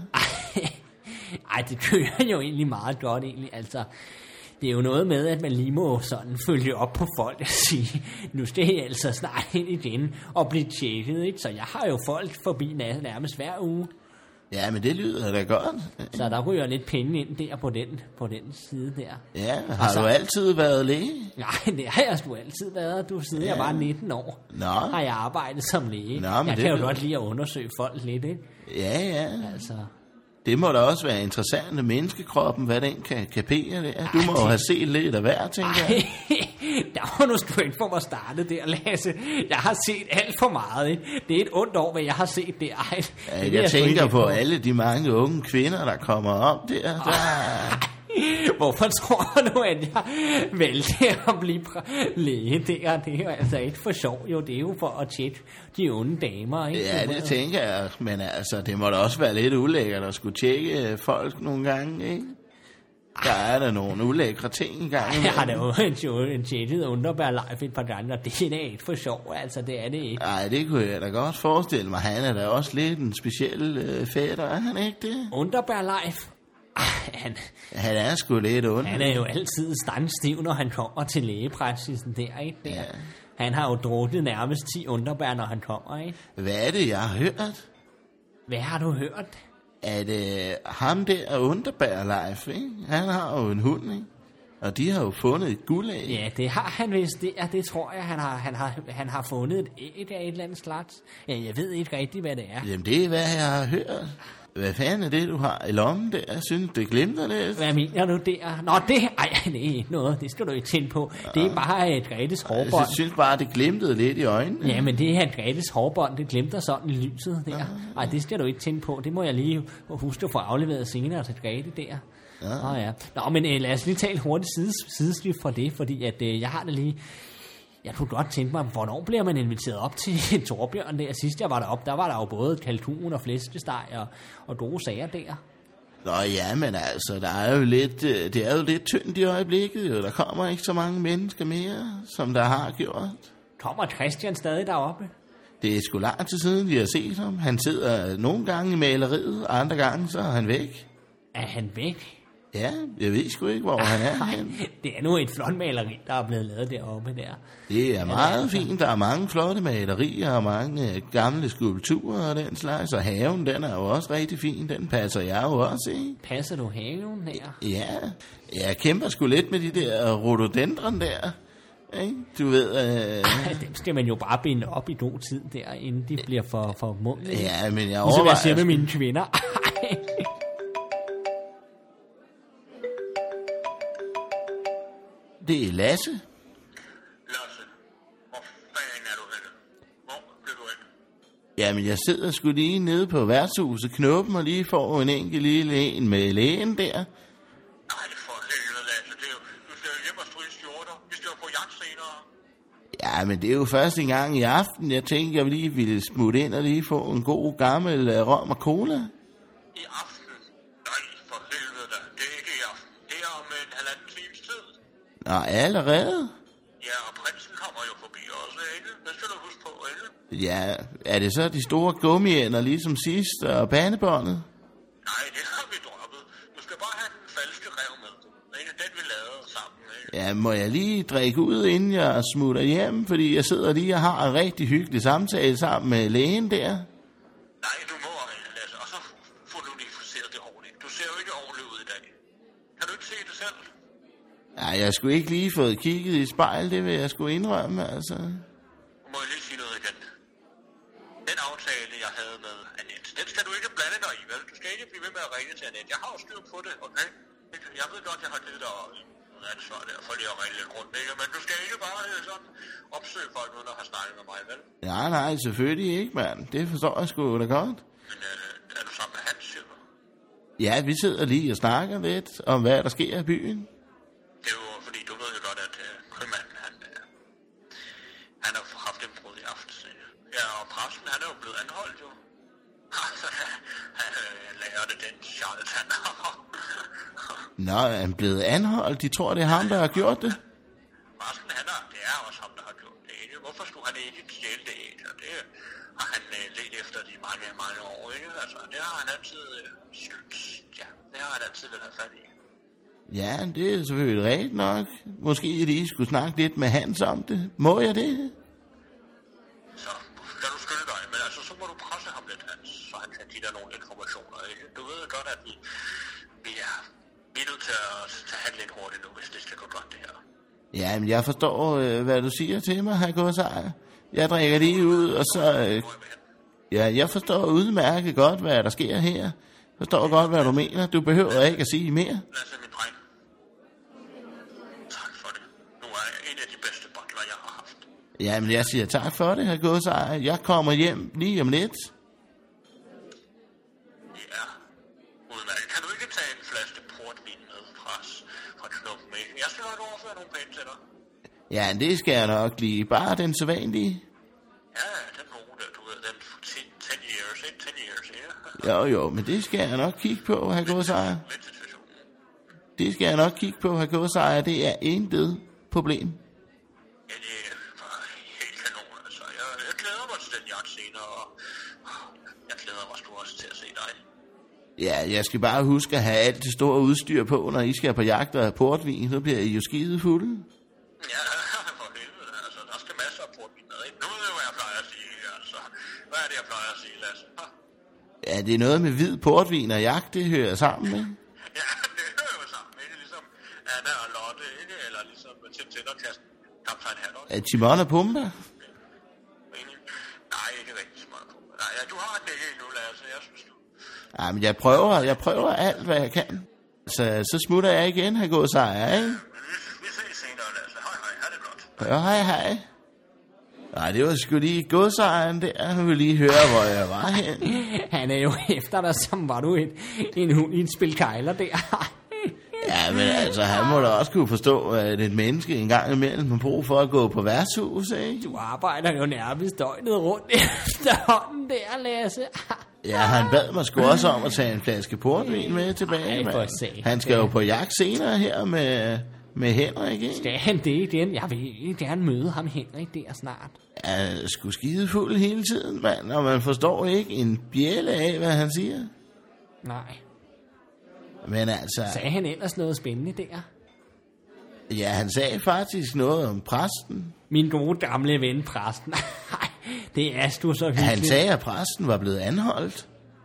Ej, det kører jo egentlig meget godt egentlig, altså. Det er jo noget med, at man lige må sådan følge op på folk og sige, nu skal I altså snart ind igen og blive tjekket, ikke? Så jeg har jo folk forbi nærmest hver uge. Ja, men det lyder da godt. Så der ryger lidt penge ind der på den, på den side der. Ja, har så- du altid været læge? Nej, det har jeg sgu altid været. Du siden ja. jeg var nitten år. Nå. Har jeg arbejdet som læge. Nå, men jeg det kan jo lyder- godt lide at undersøge folk lidt, ikke? Ja, ja. Altså, Det må da også være interessant med menneskekroppen, hvad den kan kapere der. Du må jo have set lidt af hver, tænker jeg. der var nu sgu ikke for mig startet der, Lasse. Jeg har set alt for meget, ikke? Det er et ondt år, hvad jeg har set der. Ej, det Ja, vil jeg sgu tænker ikke på på. alle de mange unge kvinder, der kommer op der. der. Hvorfor tror du, at jeg valgte at blive præ- læge der? Det er jo altså ikke for sjov, jo. Det er jo for at tjekke de unge damer, ikke? Ja, det tænker jeg. Men altså, det må da også være lidt ulækkert at skulle tjekke folk nogle gange, ikke? Der er der nogle ulækre ting engang. Jeg har da jo en tjekket Underberg Live et par gange, og det er da ikke for sjov, altså det er det ikke. Nej, det kunne jeg da godt forestille mig. Han er da også lidt en speciel øh, fætter, er han ikke det? Underberg Live, ej, han, Han er sgu lidt ond. han er jo altid standstiv, når han kommer til lægepraksisen der, ikke? Der. Ja. Han har jo drukket nærmest ti Underberg, når han kommer, ikke? Hvad er det, jeg har hørt? Hvad har du hørt? At øh, ham der Underberg Leif, ikke? Han har jo en hund, ikke? Og de har jo fundet et guldæg. Ja, det har han vist, det, ja, det tror jeg, han har, han, har, han har fundet et æg af et eller andet slags. Ja, jeg ved ikke rigtigt, hvad det er. Jamen, det er, hvad jeg har hørt. Hvad fanden er det, du har i lommen der? Jeg synes, det glimter lidt. Hvad mener du der? Nå, det, ej, det er ikke noget, det skal du ikke tænke på. Det er bare et Gretes hårbånd. Jeg synes bare, det glimtede lidt i øjnene. Ja, men det er et Gretes hårbånd, det glimter sådan i lyset der. Ej, det skal du ikke tænke på. Det må jeg lige huske at få afleveret senere til Grete der. Ja. Nå ja. Nå, men øh, lad os lige tage et hurtigt sides, sideskift fra det, fordi at, øh, jeg har det lige... Jeg kunne godt tænke mig, hvornår bliver man inviteret op til Torbjørn der? Sidst jeg var deroppe, der var der jo både kalkun og flæskesteg og, og gode sager der. Nå ja, men altså, der er jo lidt, øh, det er jo lidt tyndt i øjeblikket, jo. Der kommer ikke så mange mennesker mere, som der har gjort. Kommer Christian stadig deroppe? Det er sgu lang tid siden, vi har set ham. Han sidder nogle gange i maleriet, og andre gange så er han væk. Er han væk? Ja, jeg ved sgu ikke, hvor han er henne. Det er nu et flot maleri, der er blevet lavet deroppe der. Det er meget fint. Der er mange flotte malerier og mange øh, gamle skulpturer og den slags. Og haven, den er jo også rigtig fin. Den passer jeg jo også i. Passer du haven her? Ja, jeg kæmper sgu lidt med de der rhododendron der. Ikke? Du ved... Øh... Dem skal man jo bare binde op i god tid der, inden de bliver for, for modne. Ja, men jeg Ligesom overvejer... jeg siger med mine kvinder. Det er Lasse. Lasse, hvor fanden er du henne? Hvor blev du henne? Jamen, jeg sidder sgu lige nede på værtshuset Knuppen og lige får en enkelt lille en med lægen der. Nej, det for helvede, Lasse. Det er jo, du skal jo hjem og stryge skjorter. Vi skal jo på jagt senere. Ja, men det er jo første gang i aften. Jeg tænkte, jeg lige ville smutte ind og lige få en god gammel uh, rom og cola. I aften? Nej, for helvede da. Det er ikke i aften. Det er om en halvanden times tid. Nå, allerede? Ja, og prinsen kommer jo forbi også, ikke? Det skal du huske på, ikke? Ja, er det så de store gummiænder ligesom sidst og banebåndet? Nej, det har vi droppet. Du skal bare have den falske rev med. Ikke? Den vi lavede sammen, ikke? Ja, må jeg lige drikke ud, inden jeg smutter hjem? Fordi jeg sidder lige og har en rigtig hyggelig samtale sammen med lægen der. ordentligt. Du ser jo ikke ordentligt ud i dag. Kan du ikke se det selv? Ja, jeg skulle ikke lige fået kigget i spejl, det vil jeg sgu indrømme, altså. Må jeg lige sige noget igen? Den aftale, jeg havde med Annette, den skal du ikke blande dig i, vel? Du skal ikke blive ved med at ringe til Annette. Jeg har jo styr på det, okay? Jeg ved godt, jeg har givet dig noget ansvar der, for lige at ringe lidt rundt, ikke? Men du skal ikke bare sådan opsøge folk, uden at have snakket med mig, vel? Ja, nej, selvfølgelig ikke, mand. Det forstår jeg sgu da godt. Men øh, er du sammen med Hans, siger du? Ja, vi sidder lige og snakker lidt om, hvad der sker i byen. Det er jo fordi, du ved jo godt, at øh, købmanden, han, øh, han har haft en brud i aften. Ja, og præsten, han er jo blevet anholdt, jo. Altså, han øh, lærte den charlatan. Nå, er han blevet anholdt? De tror, det er ham, der har gjort det? Præsten, han er, det er også ham, der har gjort det, ikke? Hvorfor skulle han ikke stjæle det, ikke? Og det har han øh, let efter de mange, mange år, ikke? Altså, det har han altid øh, skyldt. Ja, det har han altid været fat i. Ja, det er selvfølgelig rigtigt nok. Måske I lige skulle snakke lidt med Hans om det. Må jeg det? Så skal du skynde dig, men altså, så må du presse ham lidt, Hans, så han kan give dig nogle informationer, ikke? Du ved godt, at vi, vi, er, vi er nødt til at tage handle lidt hurtigt nu, hvis det skal gå godt, det her. Ja, men jeg forstår, øh, hvad du siger til mig, her går sejr. Jeg drikker lige ud, og så... Øh, ja, jeg forstår udmærket godt, hvad der sker her. Forstår godt, hvad du mener. Du behøver ikke at sige mere. Lasse, min dreng. Tak for det. Nu er jeg en af de bedste butler, jeg har haft. Ja, men jeg siger tak for det, her går sejr. Jeg kommer hjem lige om lidt. Ja, udmærket. Kan du ikke tage en flaske portvin med fra, fra Knuppen, ikke? Jeg skal nok overføre nogle penge til dig. Ja, det skal jeg nok lige. Bare den sædvanlige. Ja, den gode, du ved, den ti years, ikke? ti years, ikke? Jo, jo, men det skal jeg nok kigge på, her går sejr. Det skal jeg nok kigge på, her går sejr. Det er intet problem. Ja, det er bare helt kanon, altså. Jeg, jeg glæder mig til den jagt senere, og jeg glæder mig sgu også til at se dig. Ja, jeg skal bare huske at have alt det store udstyr på, når I skal på jagt og portvin. Så bliver I jo skide fulde. Ja, for helvede, altså. Der skal masser af portvin med, ikke? Nu ved jeg, hvad jeg plejer at sige, altså. Hvad er det, jeg plejer at sige, Lasse? Ha? Ja, det er noget med hvid portvin og jagt, det hører sammen med. Ja, det hører jo sammen, ikke? Ligesom Anna og Lotte, ikke? Eller ligesom Tintinderkassen, Kaptajn Hannon. Er Timon og Pumba? Nej, ikke rigtig Timon og Pumba. Nej, ja, du har det ikke endnu, Lasse. Jeg synes, du... Ja, men jeg prøver, jeg prøver alt, hvad jeg kan. Så, så smutter jeg igen, her går sejr, ikke? Vi, vi ses senere, Lasse. Hej, hej. Ha' det godt. Ja, hej, hej. Nej, det var sgu lige godsejeren der. Nu vil lige høre, hvor jeg var hen. Han er jo efter dig, som var du en, en hund i et spil kejler der. Ja, men altså, han må da også kunne forstå, at et menneske en gang imellem har brug for at gå på værtshus, ikke? Du arbejder jo nærmest døgnet rundt efterhånden der, Lasse. Ja, han bad mig sgu også om at tage en flaske portvin med tilbage. Ej, for mand. satan. Han skal jo på jagt senere her med, med Henrik, ikke? Skal han det igen? Jeg vil gerne møde ham, Henrik, der snart. Ja, han er sgu skide fuld hele tiden, mand. Og man forstår ikke en bjælle af, hvad han siger. Nej. Men altså... Sagde han ellers noget spændende der? Ja, han sagde faktisk noget om præsten. Min gode gamle ven, præsten. Nej, det er du så hyggeligt. Han sagde, at præsten var blevet anholdt.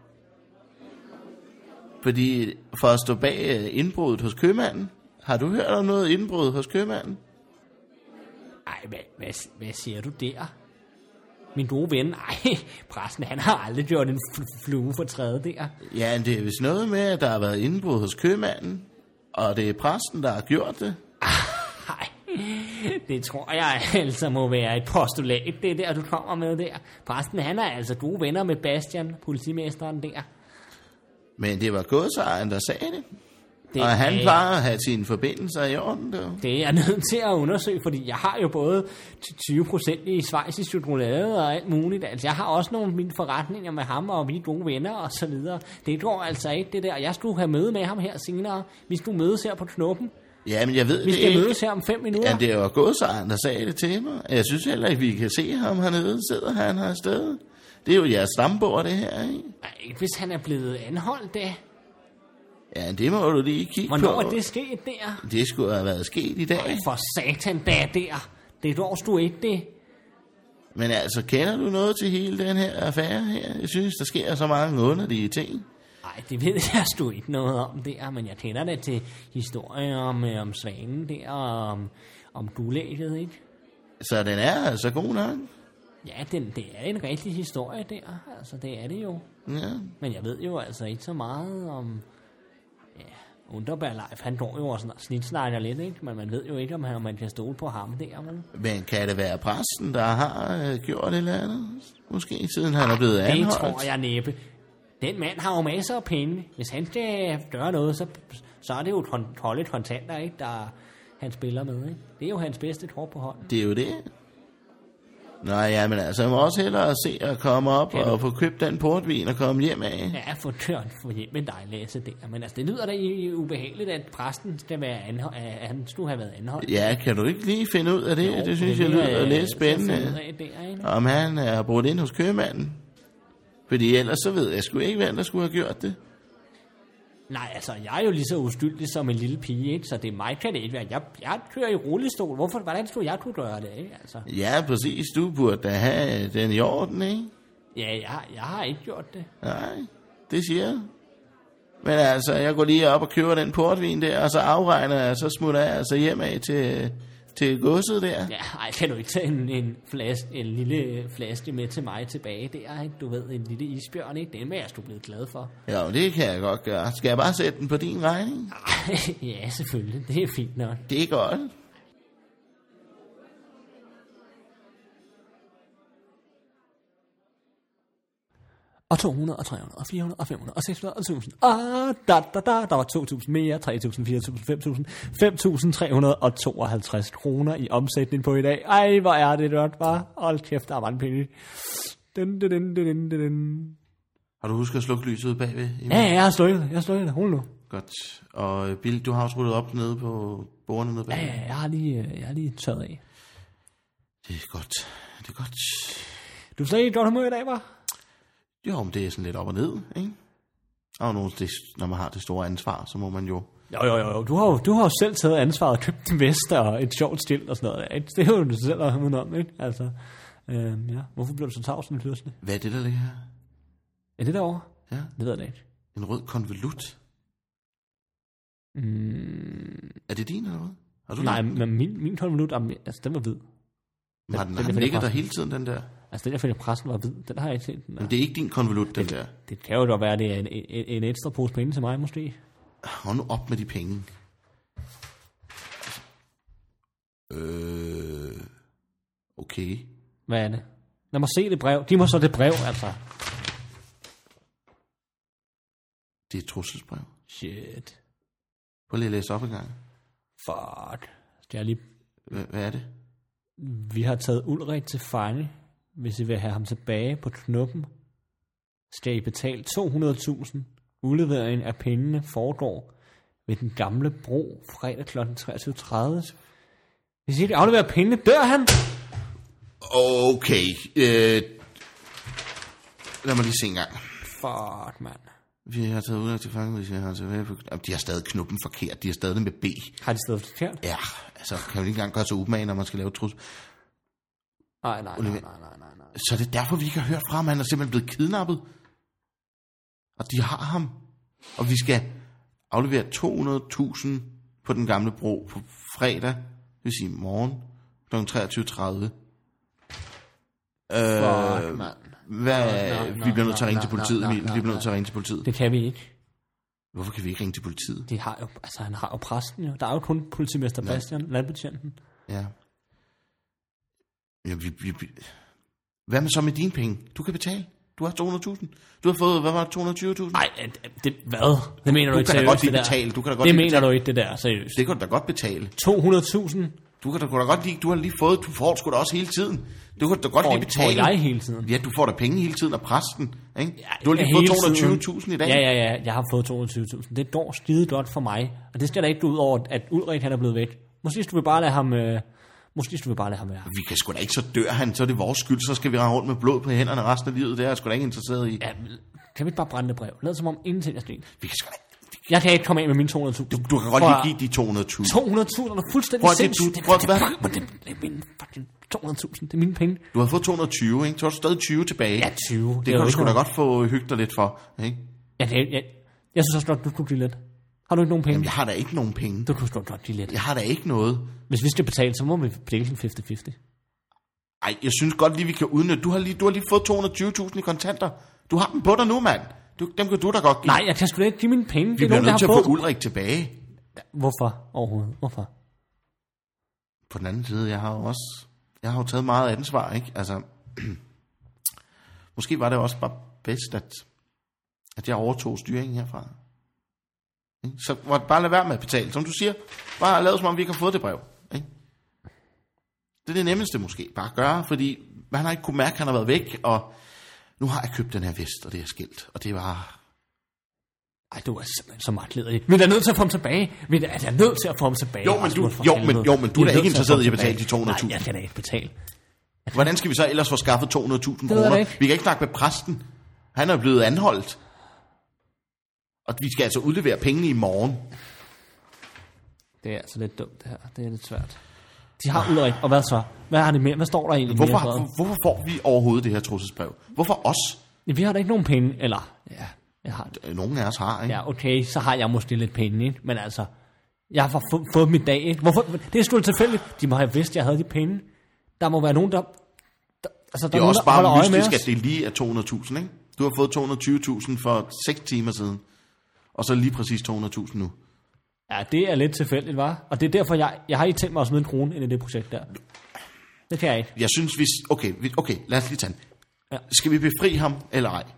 Fordi for at stå bag indbruddet hos købmanden. Har du hørt om noget indbrud hos købmanden? Ej, hvad, hvad, hvad siger du der? Min gode ven, ej, præsten, han har aldrig gjort en fl- flue for træde der. Ja, det er vist noget med, at der har været indbrud hos købmanden. Og det er præsten, der har gjort det. Nej, det tror jeg altså må være et postulat, det der, du kommer med der. Præsten, han er altså gode venner med Bastian, politimesteren der. Men det var godsejeren, der sagde det. Det og han er, plejer at have sine forbindelser i orden, dog. Det er jeg nødt til at undersøge, fordi jeg har jo både tyve procent i schweizisk chokolade og alt muligt. Altså, jeg har også nogle af mine forretninger med ham, og vi er gode venner og så videre. Det går altså ikke, det der. Jeg skulle have møde med ham her senere. Vi skulle mødes her på Knuppen. Ja, men jeg ved Vi det skal ikke. mødes her om fem minutter. Ja, det var godsejeren, der sagde det til mig. Jeg synes heller ikke, vi kan se ham hernede. Sidder han her sted. Det er jo jeres stambord, det her, ikke? Ej, hvis han er blevet anholdt, da. Ja, det må du lige kigge Hvornår på. Hvornår er det sket der? Det skulle have været sket i dag. Ej, for satan da der. Det dårs du ikke det. Men altså, kender du noget til hele den her affære her? Jeg synes, der sker så mange underlige ting. Ej, Nej, det ved jeg sgu ikke noget om der, men jeg kender det til historier om, øh, om svanen der, og om, om guldægget, ikke? Så den er altså god nok? Ja, den, det er en rigtig historie der, altså det er det jo. Ja. Men jeg ved jo altså ikke så meget om... Ja, Underberg Leif, han går jo og sådan, snitsnakker lidt, ikke? Men man ved jo ikke, om, han, om man kan stole på ham der, vel? Men kan det være præsten, der har øh, gjort et eller andet? Måske siden han er blevet anholdt? Det tror jeg næppe. Den mand har jo masser af penge. Hvis han skal gøre noget, så, så er det jo et holdet kontanter, ikke? Der han spiller med, ikke? Det er jo hans bedste tror på hånden. Det er jo det. Nej, ja, men altså, jeg må også hellere se at komme op ja, og få købt den portvin og komme hjem af. Ja, få tørt få hjem med dig, Lasse, der. Men altså, det lyder da ubehageligt, at præsten skal være anholdt, at han skulle have været anholdt. Ja, kan du ikke lige finde ud af det? Jo, det synes det jeg lyder lidt spændende. Der, om han er brugt ind hos købmanden. Fordi ellers så ved jeg sgu ikke, hvem der skulle have gjort det. Nej, altså, jeg er jo lige så uskyldig som en lille pige, ikke? Så det er mig, kan det ikke være. Jeg, jeg kører i rullestol. Hvorfor, hvordan skulle jeg kunne gøre det, ikke? Altså. Ja, præcis. Du burde da have den i orden, ikke? Ja, jeg, jeg har ikke gjort det. Nej, det siger jeg. Men altså, jeg går lige op og køber den portvin der, og så afregner jeg, og så smutter jeg altså hjem af til, til godset der. Ja, ej, kan du ikke tage en, en, flaske, en lille flaske med til mig tilbage der, ikke? Du ved, en lille isbjørn, ikke? Den er jeg sgu blevet glad for. Jo, det kan jeg godt gøre. Skal jeg bare sætte den på din regning? Ja, selvfølgelig. Det er fint nok. Det er godt. Og to hundrede, og tre hundrede, og fire hundrede, og fem hundrede, og seks hundrede, og tusind. Ah, da, da, da. Der var to tusind mere, tre tusind, fire tusind, fem tusind, fem tusind tre hundrede og tooghalvtreds kroner i omsætning på i dag. Ej, hvor er det godt, var. Hold kæft, der er mange penge. Den, den, den, den, den, den. Har du husket at slukke lyset bagved? Ja, jeg har slukket det. Jeg har slukket det. Hold nu. Godt. Og Bill, du har også rullet op nede på bordene nede bagved? Ja, ja, jeg har lige, jeg har lige tørret af. Det er godt. Det er godt. Du er slet ikke godt humør i dag, var? Jo, men det er sådan lidt op og ned, ikke? Og nogle, det, når man har det store ansvar, så må man jo... Jo, jo, jo. Du har jo, du har jo selv taget ansvaret og købt en vest og et sjovt stilt og sådan noget. Ikke? Det er jo du selv, der har med om, ikke? Altså, øh, ja. Hvorfor blev du så tavs med pludselig? Hvad er det, der ligger her? Er det derovre? Ja. Det ved jeg ikke. En rød konvolut? Mm. Er det din, eller hvad? Har du Nej, men min, min konvolut, altså, den var hvid. Den, har den, den, den ligger der hele tiden, den der? Altså, den der følge pressen var hvid, den har jeg ikke set. Den men det er ikke din konvolut, den det, der? Det kan jo da være, det er en, en, en ekstra pose penge til mig, måske. Hold nu op med de penge. Øh... Okay. Hvad er det? Lad mig se det brev. Giv mig så det brev, altså. Det er et trusselsbrev. Shit. Prøv lige at læse op en gang. Fuck. Skal jeg lige... H- hvad er det? Vi har taget Ulrik til fange. Hvis I vil have ham tilbage på knuppen, skal I betale to hundrede tusind. Udlevering af pengene foregår ved den gamle bro fredag klokken treogtyve tredive. Hvis I ikke afleverer pengene, dør han. Okay. Øh... Lad mig lige se en gang. Fuck, mand. Vi har taget Ulrik til fange, hvis jeg har tilbage på... De har stadig knuppen forkert. De har stadig med B. Har de stadig forkert? Ja, altså kan man ikke engang gøre sig umage, når man skal lave et trussel. Nej, nej, nej, nej, nej, nej. Så det er derfor, vi ikke har hørt fra ham. Han er simpelthen blevet kidnappet. Og de har ham. Og vi skal aflevere to hundrede tusind på den gamle bro på fredag. Det vil sige morgen klokken treogtyve tredive. Fuck, øh, mand. Hvad? Nå, nå, vi bliver nødt til at ringe til politiet, Emil. Vi bliver nødt til at ringe til politiet. Det kan vi ikke. Hvorfor kan vi ikke ringe til politiet? De har jo, altså han har jo præsten jo. Der er jo kun politimester Bastian, landbetjenten. Ja. Ja, vi, vi, vi. Hvad med så med dine penge? Du kan betale. Du har to hundrede tusind. Du har fået, hvad var det, to hundrede og tyve tusind? Nej, det, hvad? Det mener du, du ikke seriøst, godt det der? Betale. Du kan da godt det lige mener betale. Du ikke, det der, seriøst. Det kan du da godt betale. to hundrede tusind? Du kan da, da godt lige, du har lige fået, du får sgu da også hele tiden. Du kan da godt får, lige betale. Får jeg hele tiden? Ja, du får da penge hele tiden af præsten, ikke? Ja, du har lige fået to hundrede og tyve tusind i dag. Ja, ja, ja, jeg har fået to hundrede og tyve tusind. Det går skide godt for mig. Og det skal da ikke gå ud over, at Ulrik han er blevet væk. Måske skulle vi bare lade ham... Øh, måske skulle vi bare lade ham være. Vi kan sgu da ikke, så dør han, så er det vores skyld, så skal vi rende rundt med blod på hænderne resten af livet. Det er jeg sgu da ikke interesseret i. Ja, kan vi ikke bare brænde det brev? Lad som om ingenting er sket. Vi kan sgu da Jeg kan ikke komme af med mine to hundrede tusind. Du, du kan godt lige give de to hundrede tusind. to hundrede tusind er fuldstændig sindssygt. Det, prøv, det, det, det, det, det er mine fucking to hundrede tusind. Det er mine penge. Du har fået to hundrede og tyve, ikke? Så har du stadig tyve tilbage. Ja, tyve. Det, det kan du sgu da godt få hygge dig lidt for, ikke? Ja, det, ja. Jeg synes også godt, du skulle lidt. Har du ikke nogen penge? Jamen, jeg har da ikke nogen penge. Du kunne godt lidt. Jeg har da ikke noget. Hvis vi skal betale, så må vi dele den halvtreds halvtreds. Ej, jeg synes godt lige, vi kan udnytte. Du har lige, du har lige fået to hundrede og tyve tusind i kontanter. Du har dem på dig nu, mand. Du, dem kan du da godt give. Nej, jeg kan sgu da ikke give mine penge. Vi bliver nødt til at få Ulrik tilbage. Hvorfor overhovedet? Hvorfor? På den anden side, jeg har jo også... Jeg har jo taget meget ansvar, ikke? Altså... Måske var det også bare bedst, at, at jeg overtog styringen herfra. Så må bare lade være med at betale. Som du siger, bare lad som om vi ikke har fået det brev. Ikke? Det er det nemmeste måske, bare at gøre, fordi man har ikke kunne mærke, at han har været væk, og nu har jeg købt den her vest, og det er skilt, og det var... Ej, du er simpelthen så magtledig. Vi er nødt til at få ham tilbage. Vi er, er nødt til at få ham tilbage. Jo, men du, jo, men, jo, men du er da ikke interesseret i at betale de to hundrede tusind. Nej, jeg kan da ikke betale. Hvordan skal vi så ellers få skaffet to hundrede tusind kroner? Vi kan ikke snakke med præsten. Han er blevet anholdt. Og vi skal altså udlevere pengene i morgen. Det er altså lidt dumt, det her. Det er lidt svært. De har Ulrik, og hvad så? Hvad har de med? Hvad står der egentlig hvorfor, mere? Hvor, hvorfor får vi overhovedet det her trusselsbrev? Hvorfor os? Ja, vi har da ikke nogen penge, eller... Ja, jeg har det. Nogen af os har, ikke? Ja, okay, så har jeg måske lidt penge, ikke? Men altså, jeg har fået, fået mit dag, ikke? Hvorfor? Det er sgu tilfældigt. De må have vidst, at jeg havde de penge. Der må være nogen, der... der altså, der det er nogen, også der bare mystisk, at det lige er to hundrede tusind, ikke? Du har fået to hundrede og tyve tusind for seks timer siden. Og så lige præcis to hundrede tusind nu. Ja, det er lidt tilfældigt, var. Og det er derfor, jeg, jeg har ikke tænkt mig at smide en krone ind i det projekt der. Det kan jeg ikke. Jeg synes, hvis... Okay, okay, lad os lige tage den. Ja. Skal vi befri ham, eller ej?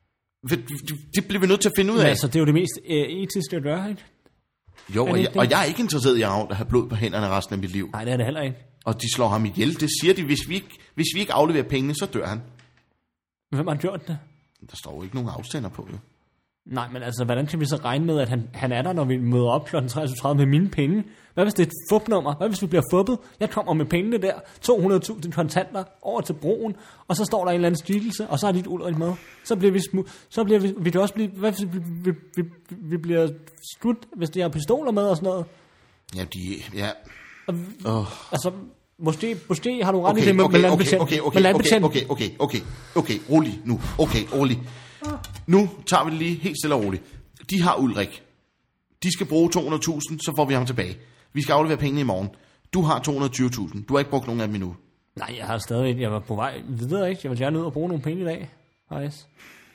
Det bliver vi nødt til at finde ud af. Men altså, det er jo det mest øh, etiske at gøre, ikke? Jo, og jeg, og jeg er ikke interesseret i at have blod på hænderne resten af mit liv. Nej, det er det heller ikke. Og de slår ham ihjel. Det siger de, hvis vi ikke, hvis vi ikke afleverer pengene, så dør han. Hvem har gjort det? Der står jo ikke nogen afstænder på, jo. Nej, men altså, hvordan kan vi så regne med, at han, han er der, når vi møder op klokken treogtyve tredive med mine penge? Hvad hvis det er et fupnummer? Hvad hvis vi bliver fuppet? Jeg kommer med pengene der, to hundrede tusind kontanter over til broen, og så står der en eller anden skikkelse, og så har de et Ulrik med. Så bliver vi smu- så bliver vi, vi kan også blive, hvad hvis vi, vi, vi, vi bliver skudt, hvis de har pistoler med og sådan noget? Ja, de, ja. Og, oh. Altså, måske, måske har du ret okay, i det med, okay, med okay, landbetjent. okay, okay, okay, okay, okay, okay, okay, rolig nu, okay, rolig. Nu tager vi det lige helt stille og roligt. De har Ulrik. De skal bruge to hundrede tusind, så får vi ham tilbage. Vi skal aflevere pengene i morgen. Du har to hundrede og tyve tusind. Du har ikke brugt nogen af dem endnu. Nej, jeg har stadig... Jeg var på vej videre, ikke? Jeg vil gerne ud og bruge nogle penge i dag. Faktisk.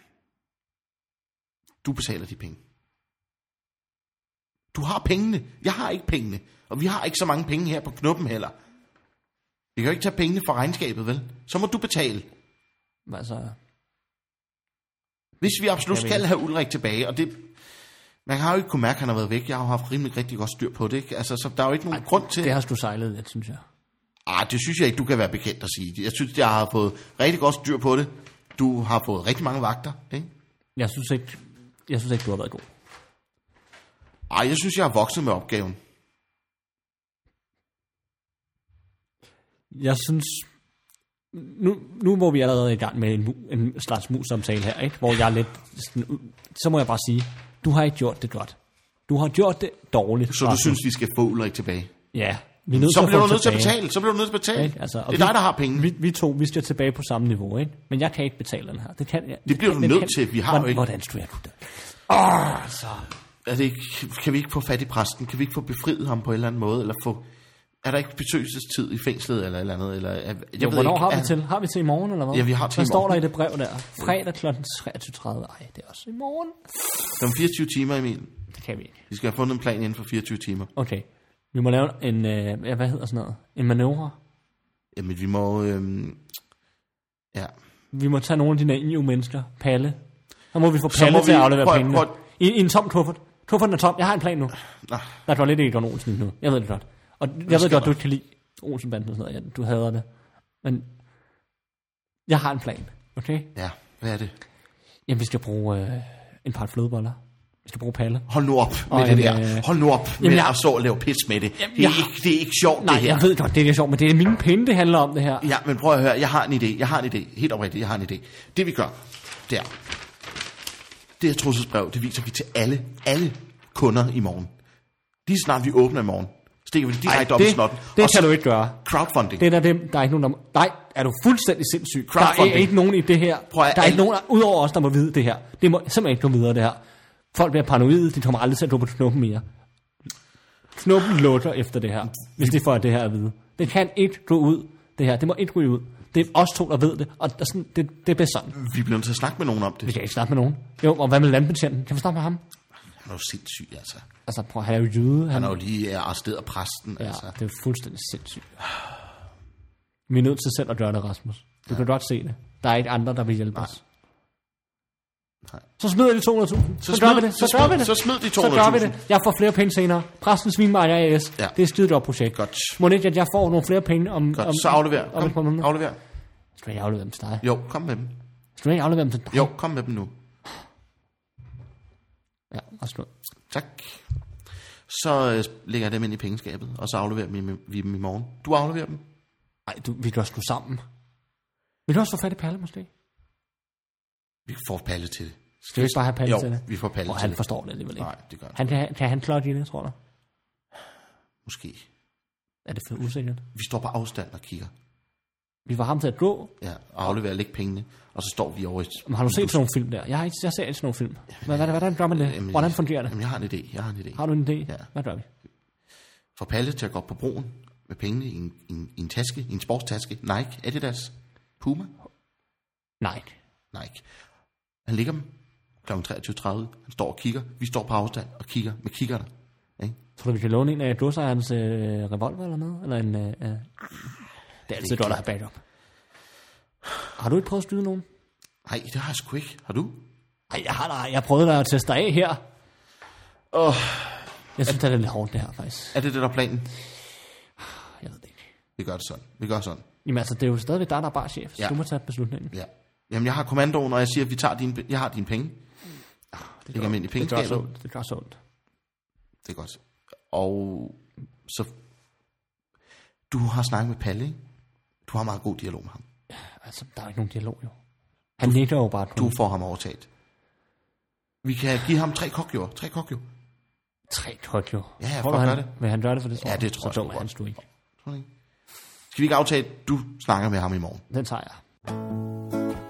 Du betaler de penge. Du har pengene. Jeg har ikke pengene. Og vi har ikke så mange penge her på knuppen heller. Vi kan jo ikke tage pengene fra regnskabet, vel? Så må du betale. Altså... Hvis vi absolut skal have Ulrik tilbage, og det... Man har jo ikke kunne mærke, at han har været væk. Jeg har jo haft rimelig rigtig godt styr på det, ikke? Altså, så der er jo ikke nogen Ej, grund til... Det har du sejlet lidt, synes jeg. Ah, det synes jeg ikke, du kan være bekendt at sige. Jeg synes, jeg har fået rigtig godt styr på det. Du har fået rigtig mange vagter, ikke? Jeg synes ikke, jeg synes ikke du har været god. Ej, jeg synes, jeg har vokset med opgaven. Jeg synes... Nu, nu hvor vi allerede er i gang med en, en slags mus-samtale her, ikke? Hvor jeg er lidt... Sådan, så må jeg bare sige, du har ikke gjort det godt. Du har gjort det dårligt. Så du Rasmus. synes, vi skal få Ulrik tilbage? Ja. Vi er nødt så til bliver at du nødt til at tilbage. betale. Så bliver du nødt til at betale. Ikke? Altså, det er vi, dig, der har penge. Vi, vi to, vi skal tilbage på samme niveau, ikke? Men jeg kan ikke betale den her. Det kan jeg. Det bliver kan, du nødt kan, til. Vi har hvordan, jo ikke... Hvordan skulle jeg kunne det? Åh, oh, så... Er det ikke, kan vi ikke få fat i præsten? Kan vi ikke få befriet ham på en eller anden måde? Eller få... Er der ikke besøgelsestid i fængslet eller et eller andet? Eller, jeg jo, ved hvornår ikke, har vi er... til? Har vi til i morgen, eller hvad? Ja, vi har til hvad i morgen. står der i det brev der? Fredag klokken treogtyve tredive. Ej, det er også i morgen. Det er om fireogtyve timer, Emil. Det kan vi ikke. Vi skal have fundet en plan inden for fireogtyve timer. Okay. Vi må lave en, øh, ja, hvad hedder sådan noget? En manøvre. Jamen, vi må... Øhm, ja. Vi må tage nogle af de naive mennesker. Palle. Så må vi få Så Palle må til at vi- aflevere prøv- pengene. prøv- I, I en tom kuffert. Kufferten er tom. Jeg har en plan nu. Nej. Der er toilet i Egon Olsen nu. Jeg ved det godt. Og jeg ved sker godt, der? du ikke kan lide Olsenbanden og sådan noget. Ja, du hader det. Men jeg har en plan. Okay? Ja, hvad er det? Jamen, vi skal bruge øh, en par flødeboller. Vi skal bruge Palle. Hold nu op med Og det en, der. øh, Hold nu op med jeg- at så og lave pis med det. Jamen, Det er, jeg- ikke, det er ikke sjovt, Nej, det her. jeg ved godt, det er lidt sjovt, men det er mine penge, det handler om det her. Ja, men prøv at høre. Jeg har en idé. Jeg har en idé. Helt oprigtigt, jeg har en idé. Det vi gør, det er... Det her trusselsbrev, det viser vi til alle, alle kunder i morgen. Lige snart vi åbner i morgen, stikker vi det direkte op i det, slotten. det Og kan så du ikke gøre. crowdfunding. Det er der, dem, der er ikke nogen, der... Nej, er du fuldstændig sindssyg? Der er Crowdfunding. ikke nogen i det her. Prøv at Der er ikke alle- nogen, der, udover os, der må vide det her. Det må simpelthen ikke gå videre, det her. Folk bliver paranoide, de kommer aldrig til at gå på Knuppen mere. Knuppen lutter efter det her, hvis de får det her at vide. Det kan ikke gå ud, det her. Det må ikke gå ud. Det er os to, der ved det, og sådan, det, det er bedst sådan. Vi bliver nødt til at snakke med nogen om det. Vi kan ikke snakke med nogen. Jo, og hvad med landbetjenten? Kan vi snakke med ham? Han er jo sindssyg, altså. Altså, prøv, han er jo jyde. Han, Han er jo lige arresteret præsten, ja, altså. det er jo fuldstændig sindssygt. Vi er nødt til selv at gøre det, Rasmus. Du ja. kan godt se det. Der er ikke andre, der vil hjælpe Nej. os. Nej. Så smider de to hundrede tusind. Så, så gør vi det. Så, så gør vi det. Så smid de to hundrede tusind. Så gør vi det. Jeg får flere penge senere. Præsten Svinmeier A S. Ja. Det er et skide godt projekt. Godt. Må ikke, at jeg får nogle flere penge om... Godt. om så aflever. Om, kom, om, aflever. Skal jeg aflevere dem til dig? Jo, kom med dem. Skal jeg ikke aflevere dem til dig? Jo, kom med dem nu. Ja, og slå. Tak. Så øh, lægger jeg dem ind i pengeskabet, og så afleverer vi dem i morgen. Du afleverer dem? Nej, du, vi kan også gå sammen. Vil du også få fat i Palle, måske? Vi får Palle til det. Skal vi ikke bare have Palle jo, til det? vi får Palle og til han det. forstår det alligevel ikke. Nej, det gør han. han kan, kan han klare det, tror du? Måske. Er det for usikkert? Vi står på afstand og kigger. Vi får ham til at gå. Ja, og afleverer lægge pengene, og så står vi over i... Men har du set sådan nogle film der? Jeg har ikke jeg ser ikke sådan nogle film. Hvad, hvad, hvordan gør man det? Jamen, Hvordan fungerer det? Jamen, jeg har en idé. Jeg har en idé. Har du en idé? Ja. Hvad gør vi? Får Palle til at gå op på broen med pengene i en, i en, i en taske, i en sportstaske. Nike, Adidas, Puma. Nike. Nike. Han ligger dem klokken treogtyve tredive. Han står og kigger. Vi står på afstand og kigger med kiggerne. Ikke? Tror du, vi kan låne en af godsejernes øh, revolver eller noget? Eller en... Øh, øh. Det er altid godt at have backup. Har du ikke prøvet at skyde nogen? Nej, det har jeg sgu ikke. Har du? Nej, jeg har da. Jeg prøvede at teste dig af her. Åh. Jeg synes, det er lidt hårdt det her, faktisk. Er det det, der er planen? Jeg ved det ikke. Vi gør det sådan. Vi gør sådan. Jamen altså, det er jo stadigvæk dig, der er bare chef. Så Ja. du må tage beslutningen. Ja. Jamen, jeg har kommandoen, og jeg siger, at vi tager dine, jeg har dine penge. Det Lægger dem ind i det gør pengeskabet. så ondt. Det gør så ondt. Det er godt. Og så... Du har snakket med Palle, ikke? Du har meget god dialog med ham. Altså, der er jo ikke nogen dialog, jo. Han nikker jo bare. Du får ham overtaget. Vi kan give ham tre kokjord. Tre kokjord. Tre tryk, jo. Ja, jeg tror får han, gøre det. Vil han gøre det for det? Ja, det tror jeg så sgu han godt. sgu ikke. Tror du ikke? Skal vi ikke aftale, at du snakker med ham i morgen? Den tager jeg.